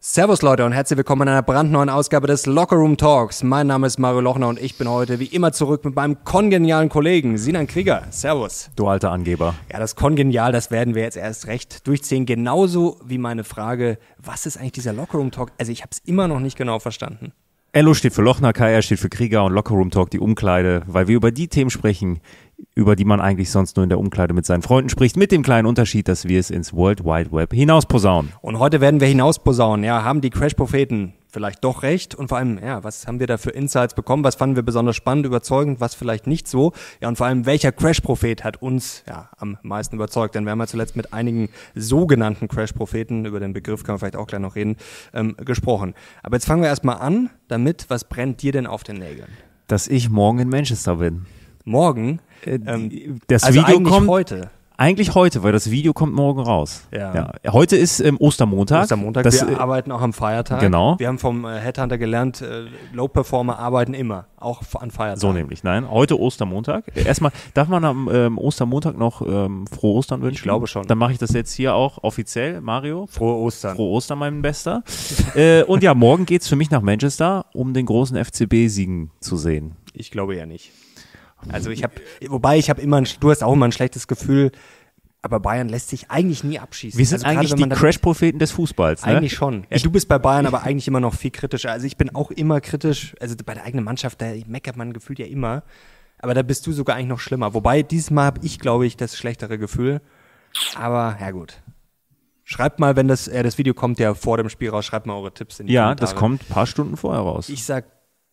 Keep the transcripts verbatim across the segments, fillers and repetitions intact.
Servus Leute und herzlich willkommen in einer brandneuen Ausgabe des Locker Room Talks. Mein Name ist Mario Lochner und ich bin heute wie immer zurück mit meinem kongenialen Kollegen Sinan Krieger. Servus. Du alter Angeber. Ja, das Kongenial, das werden wir jetzt erst recht durchziehen. Genauso wie meine Frage, was ist eigentlich dieser Locker Room Talk? Also ich habe es immer noch nicht genau verstanden. L O steht für Lochner, K R steht für Krieger und Locker Room Talk die Umkleide, weil wir über die Themen sprechen, über die man eigentlich sonst nur in der Umkleide mit seinen Freunden spricht, mit dem kleinen Unterschied, dass wir es ins World Wide Web hinausposaunen. Und heute werden wir hinausposaunen. Ja, haben die Crash-Propheten vielleicht doch recht? Und vor allem, ja, was haben wir da für Insights bekommen? Was fanden wir besonders spannend, überzeugend, was vielleicht nicht so? Ja, und vor allem, welcher Crash-Prophet hat uns ja am meisten überzeugt? Denn wir haben ja zuletzt mit einigen sogenannten Crash-Propheten, über den Begriff können wir vielleicht auch gleich noch reden, ähm, gesprochen. Aber jetzt fangen wir erstmal an damit, was brennt dir denn auf den Nägeln? Dass ich morgen in Manchester bin. Morgen? Äh, ähm, das also Video eigentlich kommt heute. Eigentlich heute, weil das Video kommt morgen raus. Ja. Ja. Heute ist ähm, Ostermontag. Ostermontag, das, wir äh, arbeiten auch am Feiertag. Genau. Wir haben vom äh, Headhunter gelernt, äh, Low-Performer arbeiten immer, auch an Feiertagen. So nämlich, nein. Heute Ostermontag. Erstmal, darf man am ähm, Ostermontag noch ähm, frohe Ostern wünschen? Ich glaube schon. Dann mache ich das jetzt hier auch offiziell, Mario. Frohe Ostern. Frohe Ostern, mein Bester. äh, und ja, morgen geht's für mich nach Manchester, um den großen F C B-Siegen zu sehen. Ich glaube ja nicht. Also ich habe, wobei ich habe immer, ein, du hast auch immer ein schlechtes Gefühl, aber Bayern lässt sich eigentlich nie abschießen. Wir sind also eigentlich die Crash-Propheten des Fußballs, ne? Eigentlich schon. Ja, du bist bei Bayern aber eigentlich immer noch viel kritischer. Also ich bin auch immer kritisch, also bei der eigenen Mannschaft, da meckert man gefühlt ja immer, aber da bist du sogar eigentlich noch schlimmer. Wobei, dieses Mal habe ich, glaube ich, das schlechtere Gefühl, aber ja gut. Schreibt mal, wenn das, äh, das Video kommt ja vor dem Spiel raus, schreibt mal eure Tipps in die Ja, Kommentare. das kommt ein paar Stunden vorher raus. Ich sag,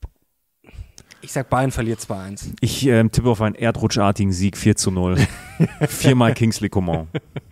ich sag Bayern verliert zwei eins. Ich ähm, tippe auf einen erdrutschartigen Sieg, vier zu null. Viermal Kingsley Coman.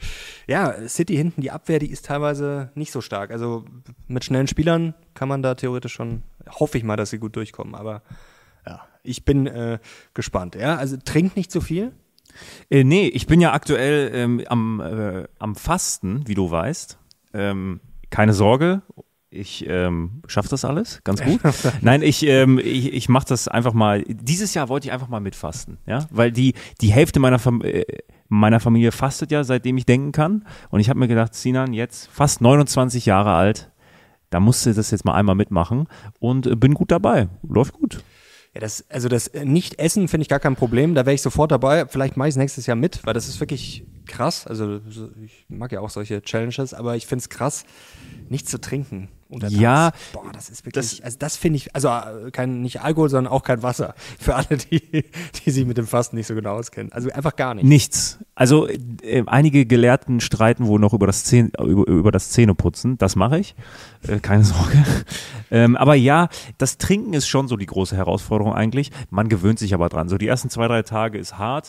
Ja, City hinten, die Abwehr, die ist teilweise nicht so stark. Also mit schnellen Spielern kann man da theoretisch schon, hoffe ich mal, dass sie gut durchkommen. Aber ja, ich bin äh, gespannt. Ja, also trinkt nicht so viel. Äh, nee, ich bin ja aktuell ähm, am, äh, am Fasten, wie du weißt. Ähm, keine Sorge. Ich ähm, schaffe das alles ganz gut. Nein, ich, ähm, ich, ich mache das einfach mal. Dieses Jahr wollte ich einfach mal mitfasten, ja, weil die, die Hälfte meiner, Fam- äh, meiner Familie fastet ja, seitdem ich denken kann. Und ich habe mir gedacht, Sinan, jetzt fast neunundzwanzig Jahre alt, da musst du das jetzt mal einmal mitmachen und äh, bin gut dabei. Läuft gut. Ja, das, also das Nicht-Essen finde ich gar kein Problem. Da wäre ich sofort dabei. Vielleicht mache ich es nächstes Jahr mit, weil das ist wirklich krass. Also ich mag ja auch solche Challenges, aber ich finde es krass, nichts zu trinken. Ja, boah, das ist wirklich, das, also das finde ich, also kein, nicht Alkohol, sondern auch kein Wasser. Für alle, die, die sich mit dem Fasten nicht so genau auskennen. Also einfach gar nicht. Nichts. Also äh, einige Gelehrten streiten wohl noch über das, Zähne, über, über das Zähneputzen. Das mache ich. Äh, keine Sorge. ähm, aber ja, das Trinken ist schon so die große Herausforderung eigentlich. Man gewöhnt sich aber dran. So die ersten zwei, drei Tage ist hart.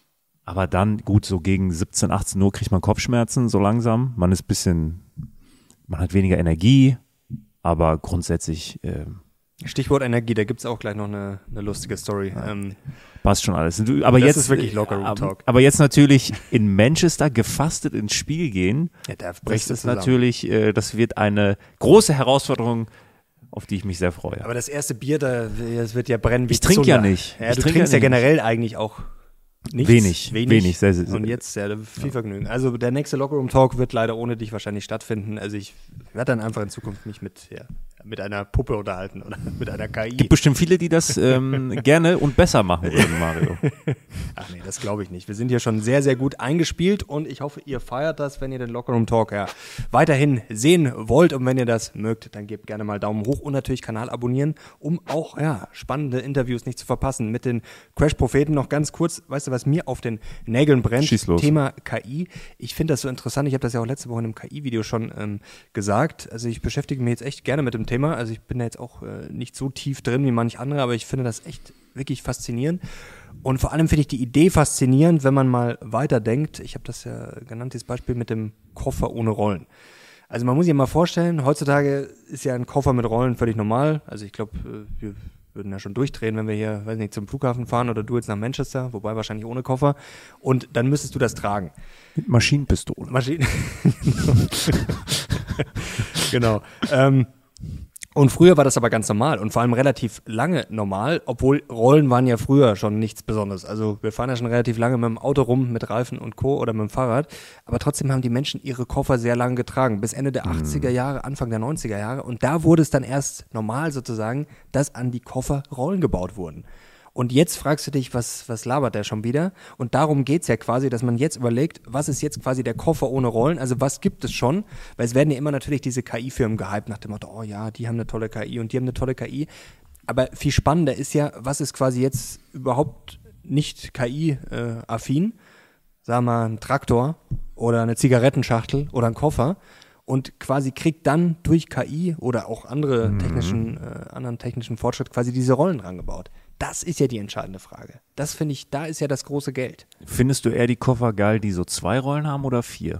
Aber dann, gut, so gegen siebzehn, achtzehn Uhr kriegt man Kopfschmerzen so langsam. Man ist ein bisschen... Man hat weniger Energie, aber grundsätzlich äh, Stichwort Energie, da gibt es auch gleich noch eine, eine lustige Story. Ja. Ähm, passt schon alles. Du, aber das jetzt, ist wirklich Locker Room Talk. Aber, aber jetzt natürlich in Manchester gefastet ins Spiel gehen, ja, da das ist natürlich, äh, das wird eine große Herausforderung, auf die ich mich sehr freue. Aber das erste Bier, da, das wird ja brennen wie Ich trinke ja nicht. Ja, ich du trink trinkst ja, ja generell eigentlich auch nichts. Wenig, wenig. wenig sehr, sehr, und jetzt ja, viel ja. Vergnügen. Also der nächste Locker Room Talk wird leider ohne dich wahrscheinlich stattfinden. Also ich werde dann einfach in Zukunft mich mit, ja, mit einer Puppe unterhalten oder mit einer K I. Gibt bestimmt viele, die das ähm, gerne und besser machen würden, Mario. Ach nee, das glaube ich nicht. Wir sind hier schon sehr, sehr gut eingespielt und ich hoffe, ihr feiert das, wenn ihr den Locker Room Talk ja weiterhin sehen wollt. Und wenn ihr das mögt, dann gebt gerne mal Daumen hoch und natürlich Kanal abonnieren, um auch ja spannende Interviews nicht zu verpassen. Mit den Crash-Propheten noch ganz kurz, weißt du, was mir auf den Nägeln brennt? Schieß los. Thema K I. Ich finde das so interessant. Ich habe das ja auch letzte Woche in einem K I-Video schon ähm, gesagt. Also ich beschäftige mich jetzt echt gerne mit dem Thema. Also ich bin da jetzt auch äh, nicht so tief drin wie manch andere, aber ich finde das echt wirklich faszinierend. Und vor allem finde ich die Idee faszinierend, wenn man mal weiterdenkt. Ich habe das ja genannt, dieses Beispiel mit dem Koffer ohne Rollen. Also man muss sich ja mal vorstellen, heutzutage ist ja ein Koffer mit Rollen völlig normal. Also ich glaube, äh, wir würden ja schon durchdrehen, wenn wir hier, weiß nicht, zum Flughafen fahren oder du jetzt nach Manchester, wobei wahrscheinlich ohne Koffer. Und dann müsstest du das tragen. Mit Maschinenpistole. Maschinen. Genau. ähm, Und früher war das aber ganz normal und vor allem relativ lange normal, obwohl Rollen waren ja früher schon nichts Besonderes. Also wir fahren ja schon relativ lange mit dem Auto rum, mit Reifen und Co. oder mit dem Fahrrad, aber trotzdem haben die Menschen ihre Koffer sehr lange getragen, bis Ende der achtziger Jahre, Anfang der neunziger Jahre, und da wurde es dann erst normal sozusagen, dass an die Koffer Rollen gebaut wurden. Und jetzt fragst du dich, was, was labert der schon wieder? Und darum geht's ja quasi, dass man jetzt überlegt, was ist jetzt quasi der Koffer ohne Rollen? Also was gibt es schon? Weil es werden ja immer natürlich diese K I-Firmen gehypt nach dem Motto, oh ja, die haben eine tolle K I und die haben eine tolle K I. Aber viel spannender ist ja, was ist quasi jetzt überhaupt nicht K I-affin? Sagen wir mal ein Traktor oder eine Zigarettenschachtel oder ein Koffer. Und quasi kriegt dann durch K I oder auch andere Mhm. technischen, äh, anderen technischen Fortschritt quasi diese Rollen rangebaut. Das ist ja die entscheidende Frage. Das finde ich, da ist ja das große Geld. Findest du eher die Koffer geil, die so zwei Rollen haben oder vier?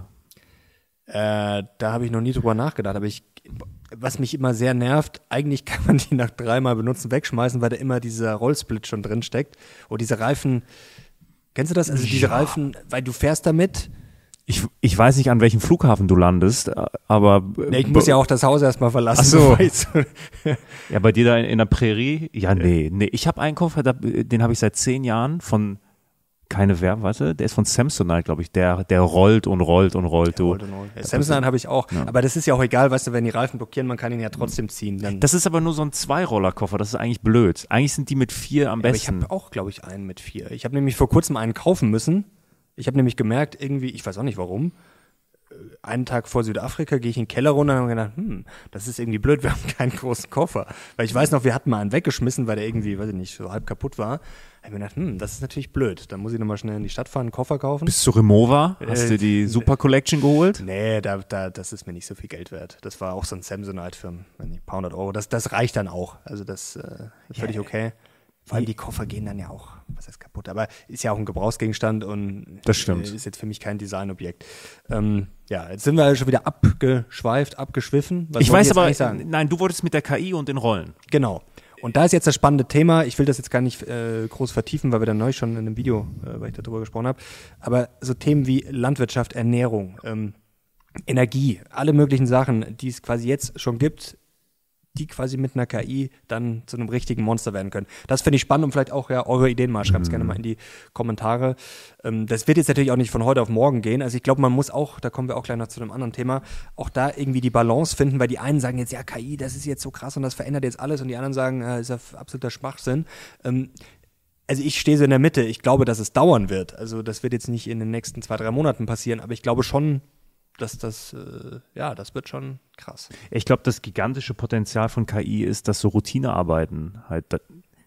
Äh, da habe ich noch nie drüber nachgedacht, aber ich, was mich immer sehr nervt, eigentlich kann man die nach dreimal benutzen wegschmeißen, weil da immer dieser Rollsplit schon drin steckt. Oder diese Reifen, kennst du das? Also diese Ja. Reifen, weil du fährst damit. Ich, ich weiß nicht, an welchem Flughafen du landest, aber Nee, ich muss ja auch das Haus erstmal verlassen. Ach so. bevor ich so- ja, bei dir da in, in der Prärie? Ja, nee, nee. Ich habe einen Koffer, da, den habe ich seit zehn Jahren von, keine Werbung, warte, der ist von Samsonite, glaube ich. Der, der rollt und rollt und rollt. Du. Ja, Samsung habe ich auch. Ja. Aber das ist ja auch egal, weißt du, wenn die Reifen blockieren, man kann ihn ja trotzdem ziehen. Dann Das ist aber nur so ein Zweirollerkoffer, das ist eigentlich blöd. Eigentlich sind die mit vier am aber ich besten. habe auch, glaube ich, einen mit vier. Ich habe nämlich vor kurzem einen kaufen müssen. Ich habe nämlich gemerkt, irgendwie, ich weiß auch nicht warum, äh, einen Tag vor Südafrika gehe ich in den Keller runter und habe gedacht, hm, das ist irgendwie blöd, wir haben keinen großen Koffer. Weil ich weiß noch, wir hatten mal einen weggeschmissen, weil der irgendwie, weiß ich nicht, so halb kaputt war. Da habe ich mir gedacht, hm, das ist natürlich blöd. Dann muss ich nochmal schnell in die Stadt fahren, einen Koffer kaufen. Bist du Remova? Hast Äh, du die Super Collection geholt? Nee, da, da, das ist mir nicht so viel Geld wert. Das war auch so ein Samsonite für ein paar hundert Euro. Das, das reicht dann auch. Also das äh, ist völlig okay. Vor allem die Koffer gehen dann ja auch, was heißt kaputt, aber ist ja auch ein Gebrauchsgegenstand und Das stimmt. äh, ist jetzt für mich kein Designobjekt. Ähm, ja, jetzt sind wir schon wieder abgeschweift, abgeschwiffen. Was Ich wollte weiß jetzt aber, eigentlich sagen? nein, du wolltest mit der K I und den Rollen. Genau. Und da ist jetzt das spannende Thema. Ich will das jetzt gar nicht äh, groß vertiefen, weil wir dann neu schon in einem Video, äh, weil ich darüber gesprochen habe. Aber so Themen wie Landwirtschaft, Ernährung, ähm, Energie, alle möglichen Sachen, die es quasi jetzt schon gibt, die quasi mit einer K I dann zu einem richtigen Monster werden können. Das finde ich spannend und vielleicht auch ja eure Ideen mal. Schreibt es Mhm. gerne mal in die Kommentare. Ähm, das wird jetzt natürlich auch nicht von heute auf morgen gehen. Also ich glaube, man muss auch, da kommen wir auch gleich noch zu einem anderen Thema, auch da irgendwie die Balance finden, weil die einen sagen jetzt, ja, K I, das ist jetzt so krass und das verändert jetzt alles und die anderen sagen, äh, ist ja absoluter Schwachsinn. Ähm, also ich stehe so in der Mitte. Ich glaube, dass es dauern wird. Also das wird jetzt nicht in den nächsten zwei, drei Monaten passieren, aber ich glaube schon, dass das, äh, ja, das wird schon krass. Ich glaube, das gigantische Potenzial von K I ist, dass so Routinearbeiten halt da,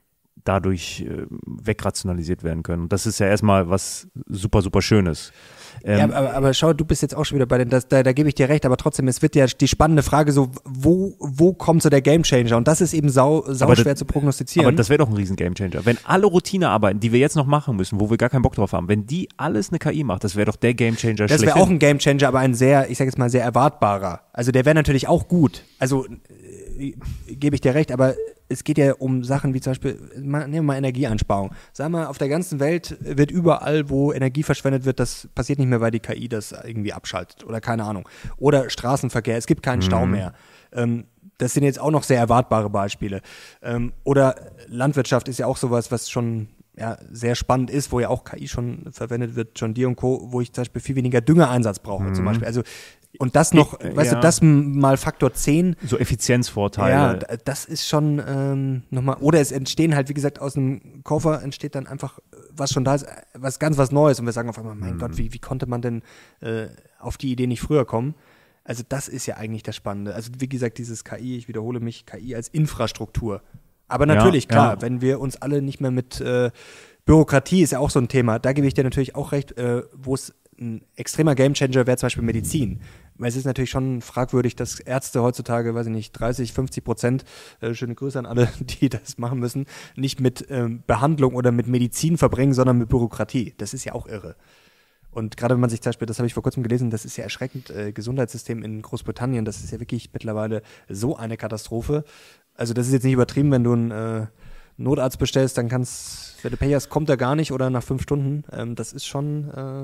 dadurch äh, wegrationalisiert werden können. Und das ist ja erstmal was super, super Schönes. Ähm, ja, aber, aber schau, du bist jetzt auch schon wieder bei den, das, da, da gebe ich dir recht, aber trotzdem, es wird ja die spannende Frage so, wo, wo kommt so der Gamechanger? Und das ist eben sau, sau Aber schwer das- zu prognostizieren. Aber das wäre doch ein riesen Gamechanger. Wenn alle Routinearbeiten, die wir jetzt noch machen müssen, wo wir gar keinen Bock drauf haben, wenn die alles eine K I macht, das wäre doch der Gamechanger Das wäre schlechthin. auch ein Gamechanger, aber ein sehr, ich sage jetzt mal, sehr erwartbarer. Also der wäre natürlich auch gut. Also äh, gebe ich dir recht, aber es geht ja um Sachen wie zum Beispiel, mal, nehmen wir mal Energieeinsparung. Sag mal, auf der ganzen Welt wird überall, wo Energie verschwendet wird, das passiert nicht mehr, weil die K I das irgendwie abschaltet oder keine Ahnung. Oder Straßenverkehr, es gibt keinen Stau mehr. Ähm, das sind jetzt auch noch sehr erwartbare Beispiele. Ähm, oder Landwirtschaft ist ja auch sowas, was schon ja, sehr spannend ist, wo ja auch K I schon verwendet wird, John Deere und Co., wo ich zum Beispiel viel weniger Düngereinsatz brauche Mhm. zum Beispiel. Also, und das noch, Ich- weißt ja. du, das m- mal Faktor zehn, So Effizienzvorteile. ja, d- das ist schon ähm, nochmal, oder es entstehen halt, wie gesagt, aus einem Koffer entsteht dann einfach, was schon da ist, was ganz was Neues und wir sagen auf einmal, mein Gott, wie, wie konnte man denn äh, auf die Idee nicht früher kommen? Also das ist ja eigentlich das Spannende. Also wie gesagt, dieses K I, ich wiederhole mich, K I als Infrastruktur. Aber natürlich, Ja, klar, ja. wenn wir uns alle nicht mehr mit äh, Bürokratie ist ja auch so ein Thema, da gebe ich dir natürlich auch recht, äh, wo es ein extremer Gamechanger wäre zum Beispiel Medizin. Weil es ist natürlich schon fragwürdig, dass Ärzte heutzutage, weiß ich nicht, dreißig, fünfzig Prozent, äh, schöne Grüße an alle, die das machen müssen, nicht mit ähm, Behandlung oder mit Medizin verbringen, sondern mit Bürokratie. Das ist ja auch irre. Und gerade wenn man sich zum Beispiel, das habe ich vor kurzem gelesen, das ist ja erschreckend, äh, Gesundheitssystem in Großbritannien, das ist ja wirklich mittlerweile so eine Katastrophe. Also das ist jetzt nicht übertrieben, wenn du einen äh, Notarzt bestellst, dann kannst, wenn du Pech hast, kommt er gar nicht oder nach fünf Stunden. Ähm, das ist schon, äh,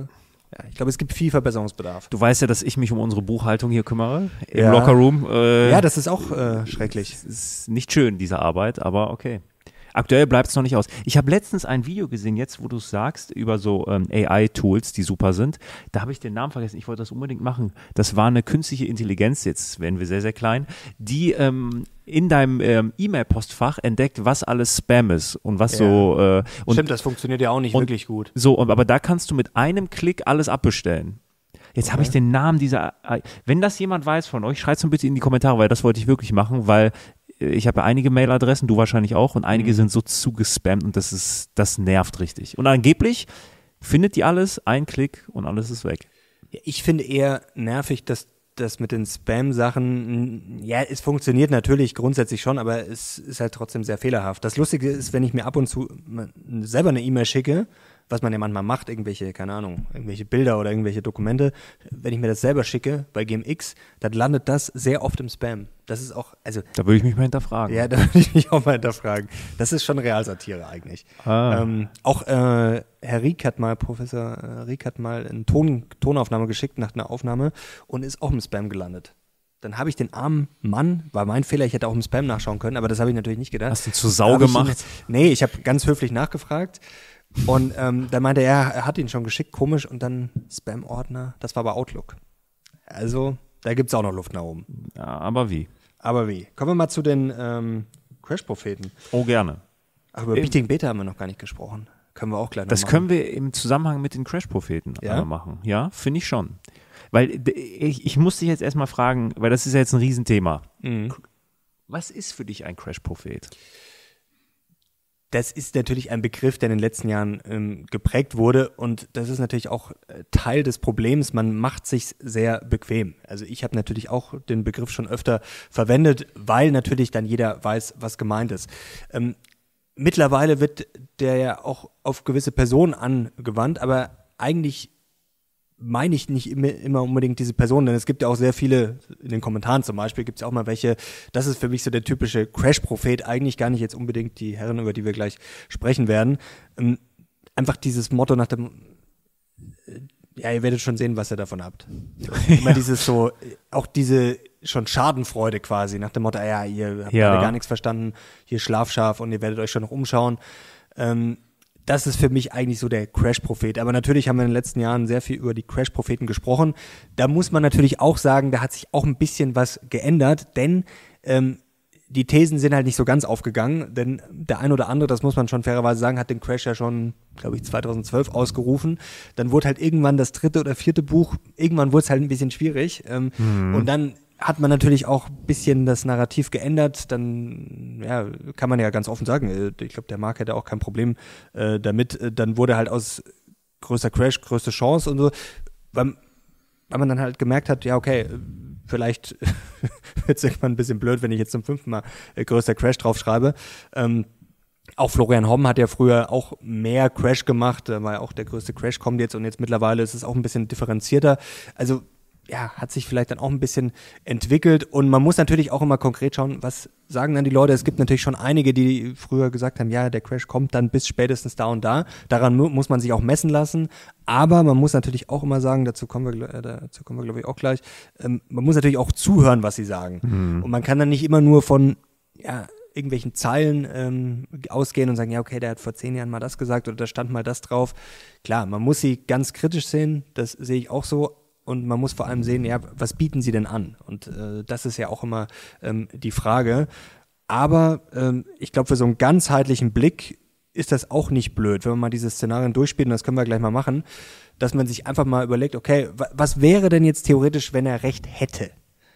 Ja, ich glaube, es gibt viel Verbesserungsbedarf. Du weißt ja, dass ich mich um unsere Buchhaltung hier kümmere, im Ja. Lockerroom. Äh, Ja, das ist auch äh, schrecklich. Es ist nicht schön, diese Arbeit, aber okay. Aktuell bleibt es noch nicht aus. Ich habe letztens ein Video gesehen, jetzt wo du es sagst, über so ähm, A I-Tools, die super sind. Da habe ich den Namen vergessen, ich wollte das unbedingt machen. Das war eine künstliche Intelligenz, jetzt werden wir sehr, sehr klein, die ähm, in deinem ähm, E-Mail-Postfach entdeckt, was alles Spam ist und was Ja. so äh, und Stimmt, das funktioniert ja auch nicht und- wirklich gut. so, aber da kannst du mit einem Klick alles abbestellen. Jetzt habe ich den Namen dieser, wenn das jemand weiß von euch, schreibt es mir bitte in die Kommentare, weil das wollte ich wirklich machen, weil ich habe ja einige Mailadressen, du wahrscheinlich auch, und einige Mhm. sind so zugespammt und das ist, das nervt richtig. Und angeblich findet die alles, ein Klick und alles ist weg. Ja, ich finde eher nervig, dass das mit den Spam-Sachen, ja, es funktioniert natürlich grundsätzlich schon, aber es ist halt trotzdem sehr fehlerhaft. Das Lustige ist, wenn ich mir ab und zu mal selber eine E-Mail schicke, was man ja manchmal macht, irgendwelche, keine Ahnung, irgendwelche Bilder oder irgendwelche Dokumente, wenn ich mir das selber schicke bei G M X, dann landet das sehr oft im Spam. Das ist auch, also, Da würde ich mich mal hinterfragen. ja, da würde ich mich auch mal hinterfragen. Das ist schon Realsatire eigentlich. Ah. Ähm, auch äh, Herr Rieck hat mal, Professor äh, Rieck hat mal eine Ton, Tonaufnahme geschickt nach einer Aufnahme und ist auch im Spam gelandet. Dann habe ich den armen Mann, war mein Fehler, ich hätte auch im Spam nachschauen können, aber das habe ich natürlich nicht gedacht. Hast du zu Sau Hab ich gemacht? Ihn, nee, ich habe ganz höflich nachgefragt und ähm, dann meinte er, er hat ihn schon geschickt, komisch, und dann Spam-Ordner, das war bei Outlook. Also, da gibt es auch noch Luft nach oben. Ja, aber wie? Aber wie? Kommen wir mal zu den ähm, Crash-Propheten. Oh, gerne. Ach, über Ähm, Beating Beta haben wir noch gar nicht gesprochen. Können wir auch gleich noch Das machen. können wir im Zusammenhang mit den Crash-Propheten Ja? äh, machen. Ja, finde ich schon. Weil d- ich, ich muss dich jetzt erstmal fragen, weil das ist ja jetzt ein Riesenthema. Mhm. Was ist für dich ein Crash-Prophet? Das ist natürlich ein Begriff, der in den letzten Jahren ähm, geprägt wurde, und das ist natürlich auch äh, Teil des Problems. Man macht sich sehr bequem. Also ich habe natürlich auch den Begriff schon öfter verwendet, weil natürlich dann jeder weiß, was gemeint ist. Ähm, mittlerweile wird der ja auch auf gewisse Personen angewandt, aber eigentlich meine ich nicht immer, immer unbedingt diese Person, denn es gibt ja auch sehr viele, in den Kommentaren zum Beispiel, gibt es ja auch mal welche, das ist für mich so der typische Crash-Prophet, eigentlich gar nicht jetzt unbedingt die Herren, über die wir gleich sprechen werden. Ähm, einfach dieses Motto nach dem, äh, ja, ihr werdet schon sehen, was ihr davon habt. Immer dieses so, äh, auch diese schon Schadenfreude quasi, nach dem Motto, ja, ihr habt Ja. alle gar nichts verstanden, hier schlafscharf und ihr werdet euch schon noch umschauen. Ähm, Das ist für mich eigentlich so der Crash-Prophet. Aber natürlich haben wir in den letzten Jahren sehr viel über die Crash-Propheten gesprochen. Da muss man natürlich auch sagen, da hat sich auch ein bisschen was geändert, denn ähm, die Thesen sind halt nicht so ganz aufgegangen, denn der ein oder andere, das muss man schon fairerweise sagen, hat den Crash ja schon, glaube ich, zweitausendzwölf ausgerufen. Dann wurde halt irgendwann das dritte oder vierte Buch, irgendwann wurde es halt ein bisschen schwierig. Ähm, Mhm. Und dann hat man natürlich auch ein bisschen das Narrativ geändert. Dann ja, kann man ja ganz offen sagen, äh, ich glaube, der Marc hätte auch kein Problem äh, damit. Äh, Dann wurde halt aus größter Crash, größte Chance und so, weil, weil man dann halt gemerkt hat, ja, okay, äh, vielleicht wird es irgendwann ein bisschen blöd, wenn ich jetzt zum fünften Mal äh, größter Crash draufschreibe. Ähm, Auch Florian Homm hat ja früher auch mehr Crash gemacht, da war ja auch der größte Crash, kommt jetzt, und jetzt mittlerweile ist es auch ein bisschen differenzierter. Also ja, hat sich vielleicht dann auch ein bisschen entwickelt, und man muss natürlich auch immer konkret schauen, was sagen dann die Leute. Es gibt natürlich schon einige, die früher gesagt haben, ja, der Crash kommt dann bis spätestens da und da. Daran mu- muss man sich auch messen lassen, aber man muss natürlich auch immer sagen, dazu kommen wir, gl- äh, dazu kommen wir glaube ich auch gleich, ähm, man muss natürlich auch zuhören, was sie sagen. Mhm. Und man kann dann nicht immer nur von, ja, irgendwelchen Zeilen ähm, ausgehen und sagen, ja, okay, der hat vor zehn Jahren mal das gesagt oder da stand mal das drauf. Klar, man muss sie ganz kritisch sehen, das sehe ich auch so. Und man muss vor allem sehen, ja, was bieten sie denn an? Und äh, das ist ja auch immer ähm, die Frage. Aber ähm, ich glaube, für so einen ganzheitlichen Blick ist das auch nicht blöd, wenn man mal diese Szenarien durchspielt, und das können wir gleich mal machen, dass man sich einfach mal überlegt, okay, wa- was wäre denn jetzt theoretisch, wenn er recht hätte?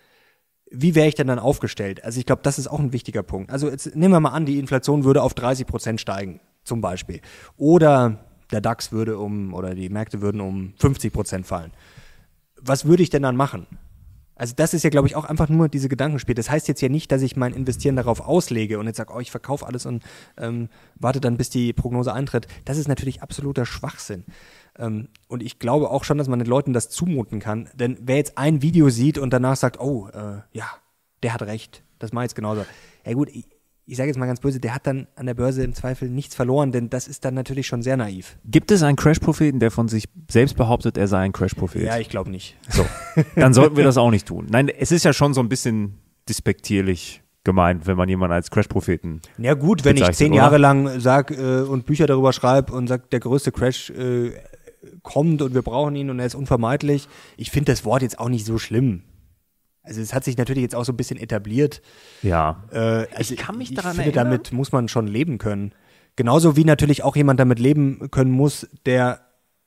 Wie wäre ich denn dann aufgestellt? Also ich glaube, das ist auch ein wichtiger Punkt. Also jetzt nehmen wir mal an, die Inflation würde auf dreißig Prozent steigen, zum Beispiel. Oder der DAX würde um, oder die Märkte würden um fünfzig Prozent fallen. Was würde ich denn dann machen? Also das ist ja, glaube ich, auch einfach nur diese Gedankenspiel. Das heißt jetzt ja nicht, dass ich mein Investieren darauf auslege und jetzt sage, oh, ich verkaufe alles und ähm, warte dann, bis die Prognose eintritt. Das ist natürlich absoluter Schwachsinn. Ähm, und ich glaube auch schon, dass man den Leuten das zumuten kann. Denn wer jetzt ein Video sieht und danach sagt, oh, äh, ja, der hat recht, das mache ich jetzt genauso. Ja gut, ich, ich sage jetzt mal ganz böse, der hat dann an der Börse im Zweifel nichts verloren, denn das ist dann natürlich schon sehr naiv. Gibt es einen Crash-Propheten, der von sich selbst behauptet, er sei ein Crash-Prophet? Ja, ich glaube nicht. So, dann sollten wir das auch nicht tun. Nein, es ist ja schon so ein bisschen despektierlich gemeint, wenn man jemanden als Crash-Propheten Ja gut, wenn ich zehn Jahre lang sag äh, und Bücher darüber schreibe und sage, der größte Crash äh, kommt und wir brauchen ihn und er ist unvermeidlich. Ich finde das Wort jetzt auch nicht so schlimm. Also es hat sich natürlich jetzt auch so ein bisschen etabliert. Ja. Äh, also ich kann mich daran ich finde, erinnern. damit muss man schon leben können. Genauso wie natürlich auch jemand damit leben können muss, der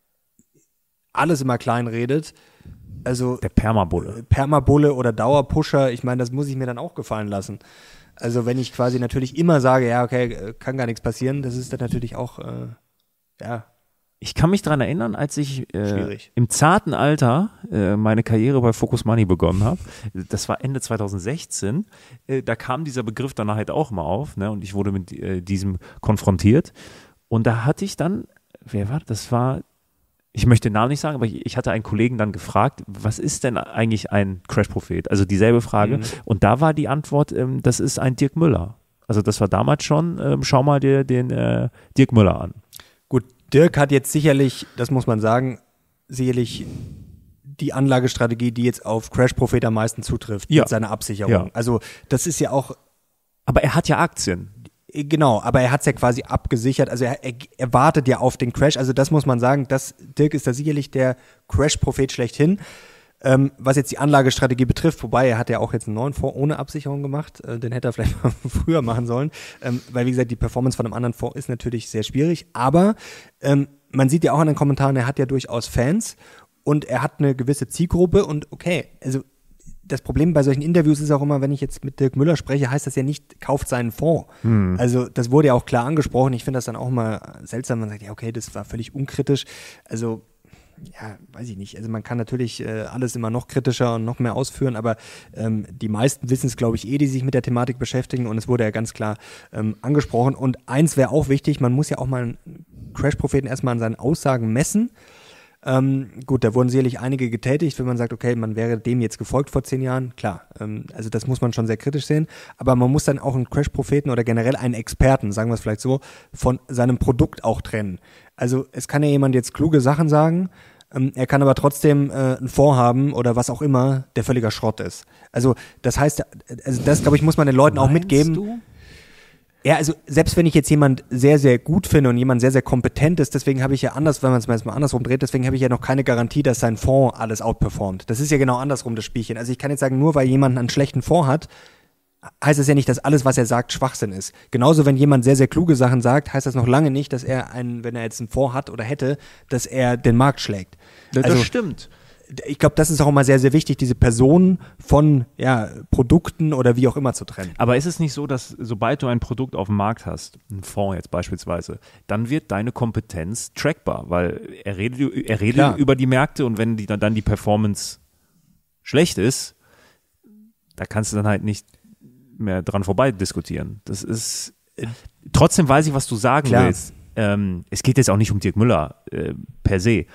alles immer klein redet. Also Der Permabulle. Permabulle oder Dauerpusher, ich meine, das muss ich mir dann auch gefallen lassen. Also wenn ich quasi natürlich immer sage, ja, okay, kann gar nichts passieren, das ist dann natürlich auch, äh, ja, Ich kann mich daran erinnern, als ich äh, Schwierig. im zarten Alter äh, meine Karriere bei Focus Money begonnen habe. Das war Ende zwanzig sechzehn. Äh, da kam dieser Begriff dann halt auch mal auf, ne? Und ich wurde mit äh, diesem konfrontiert. Und da hatte ich dann, wer war das? Das war, ich möchte den Namen nicht sagen, aber ich, ich hatte einen Kollegen dann gefragt, was ist denn eigentlich ein Crash-Prophet? Also dieselbe Frage. Mhm. Und da war die Antwort, ähm, das ist ein Dirk Müller. Also das war damals schon, ähm, schau mal dir den äh, Dirk Müller an. Gut, Dirk hat jetzt sicherlich, das muss man sagen, sicherlich die Anlagestrategie, die jetzt auf Crash-Prophet am meisten zutrifft, Ja. mit seiner Absicherung. Ja. Also das ist ja auch, Aber er hat ja Aktien. genau, aber er hat es ja quasi abgesichert, also er, er, er wartet ja auf den Crash, also das muss man sagen, das, Dirk ist da sicherlich der Crash-Prophet schlechthin. Ähm, was jetzt die Anlagestrategie betrifft, wobei er hat ja auch jetzt einen neuen Fonds ohne Absicherung gemacht, äh, den hätte er vielleicht mal früher machen sollen, ähm, weil wie gesagt, die Performance von einem anderen Fonds ist natürlich sehr schwierig, aber ähm, man sieht ja auch an den Kommentaren, er hat ja durchaus Fans und er hat eine gewisse Zielgruppe und okay, also das Problem bei solchen Interviews ist auch immer, wenn ich jetzt mit Dirk Müller spreche, heißt das ja nicht, kauft seinen Fonds. Hm. Also das wurde ja auch klar angesprochen, ich finde das dann auch mal seltsam, man sagt, ja okay, das war völlig unkritisch, also ja, weiß ich nicht. Also man kann natürlich äh, alles immer noch kritischer und noch mehr ausführen, aber ähm, die meisten wissen es, glaube ich, eh, die sich mit der Thematik beschäftigen und es wurde ja ganz klar ähm, angesprochen. Und eins wäre auch wichtig, man muss ja auch mal einen Crash-Propheten erstmal an seinen Aussagen messen. Ähm, gut, da wurden sicherlich einige getätigt, wenn man sagt, okay, man wäre dem jetzt gefolgt vor zehn Jahren, klar, ähm, also das muss man schon sehr kritisch sehen, aber man muss dann auch einen Crash-Propheten oder generell einen Experten, sagen wir es vielleicht so, von seinem Produkt auch trennen. Also es kann ja jemand jetzt kluge Sachen sagen, ähm, er kann aber trotzdem äh, einen Fonds haben oder was auch immer, der völliger Schrott ist. Also das heißt, also das, glaube ich, muss man den Leuten auch mitgeben. Du? Ja, also selbst wenn ich jetzt jemand sehr, sehr gut finde und jemand sehr, sehr kompetent ist, deswegen habe ich ja anders, wenn man es mal jetzt mal andersrum dreht, deswegen habe ich ja noch keine Garantie, dass sein Fonds alles outperformt. Das ist ja genau andersrum, das Spielchen. Also ich kann jetzt sagen, nur weil jemand einen schlechten Fonds hat, heißt es ja nicht, dass alles, was er sagt, Schwachsinn ist. Genauso, wenn jemand sehr, sehr kluge Sachen sagt, heißt das noch lange nicht, dass er einen, wenn er jetzt einen Fonds hat oder hätte, dass er den Markt schlägt. Das Also, stimmt. ich glaube, das ist auch immer sehr, sehr wichtig, diese Person von ja, Produkten oder wie auch immer zu trennen. Aber ist es nicht so, dass sobald du ein Produkt auf dem Markt hast, einen Fonds jetzt beispielsweise, dann wird deine Kompetenz trackbar, weil er redet, er redet Klar. über die Märkte und wenn die, dann die Performance schlecht ist, da kannst du dann halt nicht mehr dran vorbei diskutieren. Das ist, äh, trotzdem weiß ich, was du sagen Klar. willst. Ähm, es geht jetzt auch nicht um Dirk Müller äh, per se.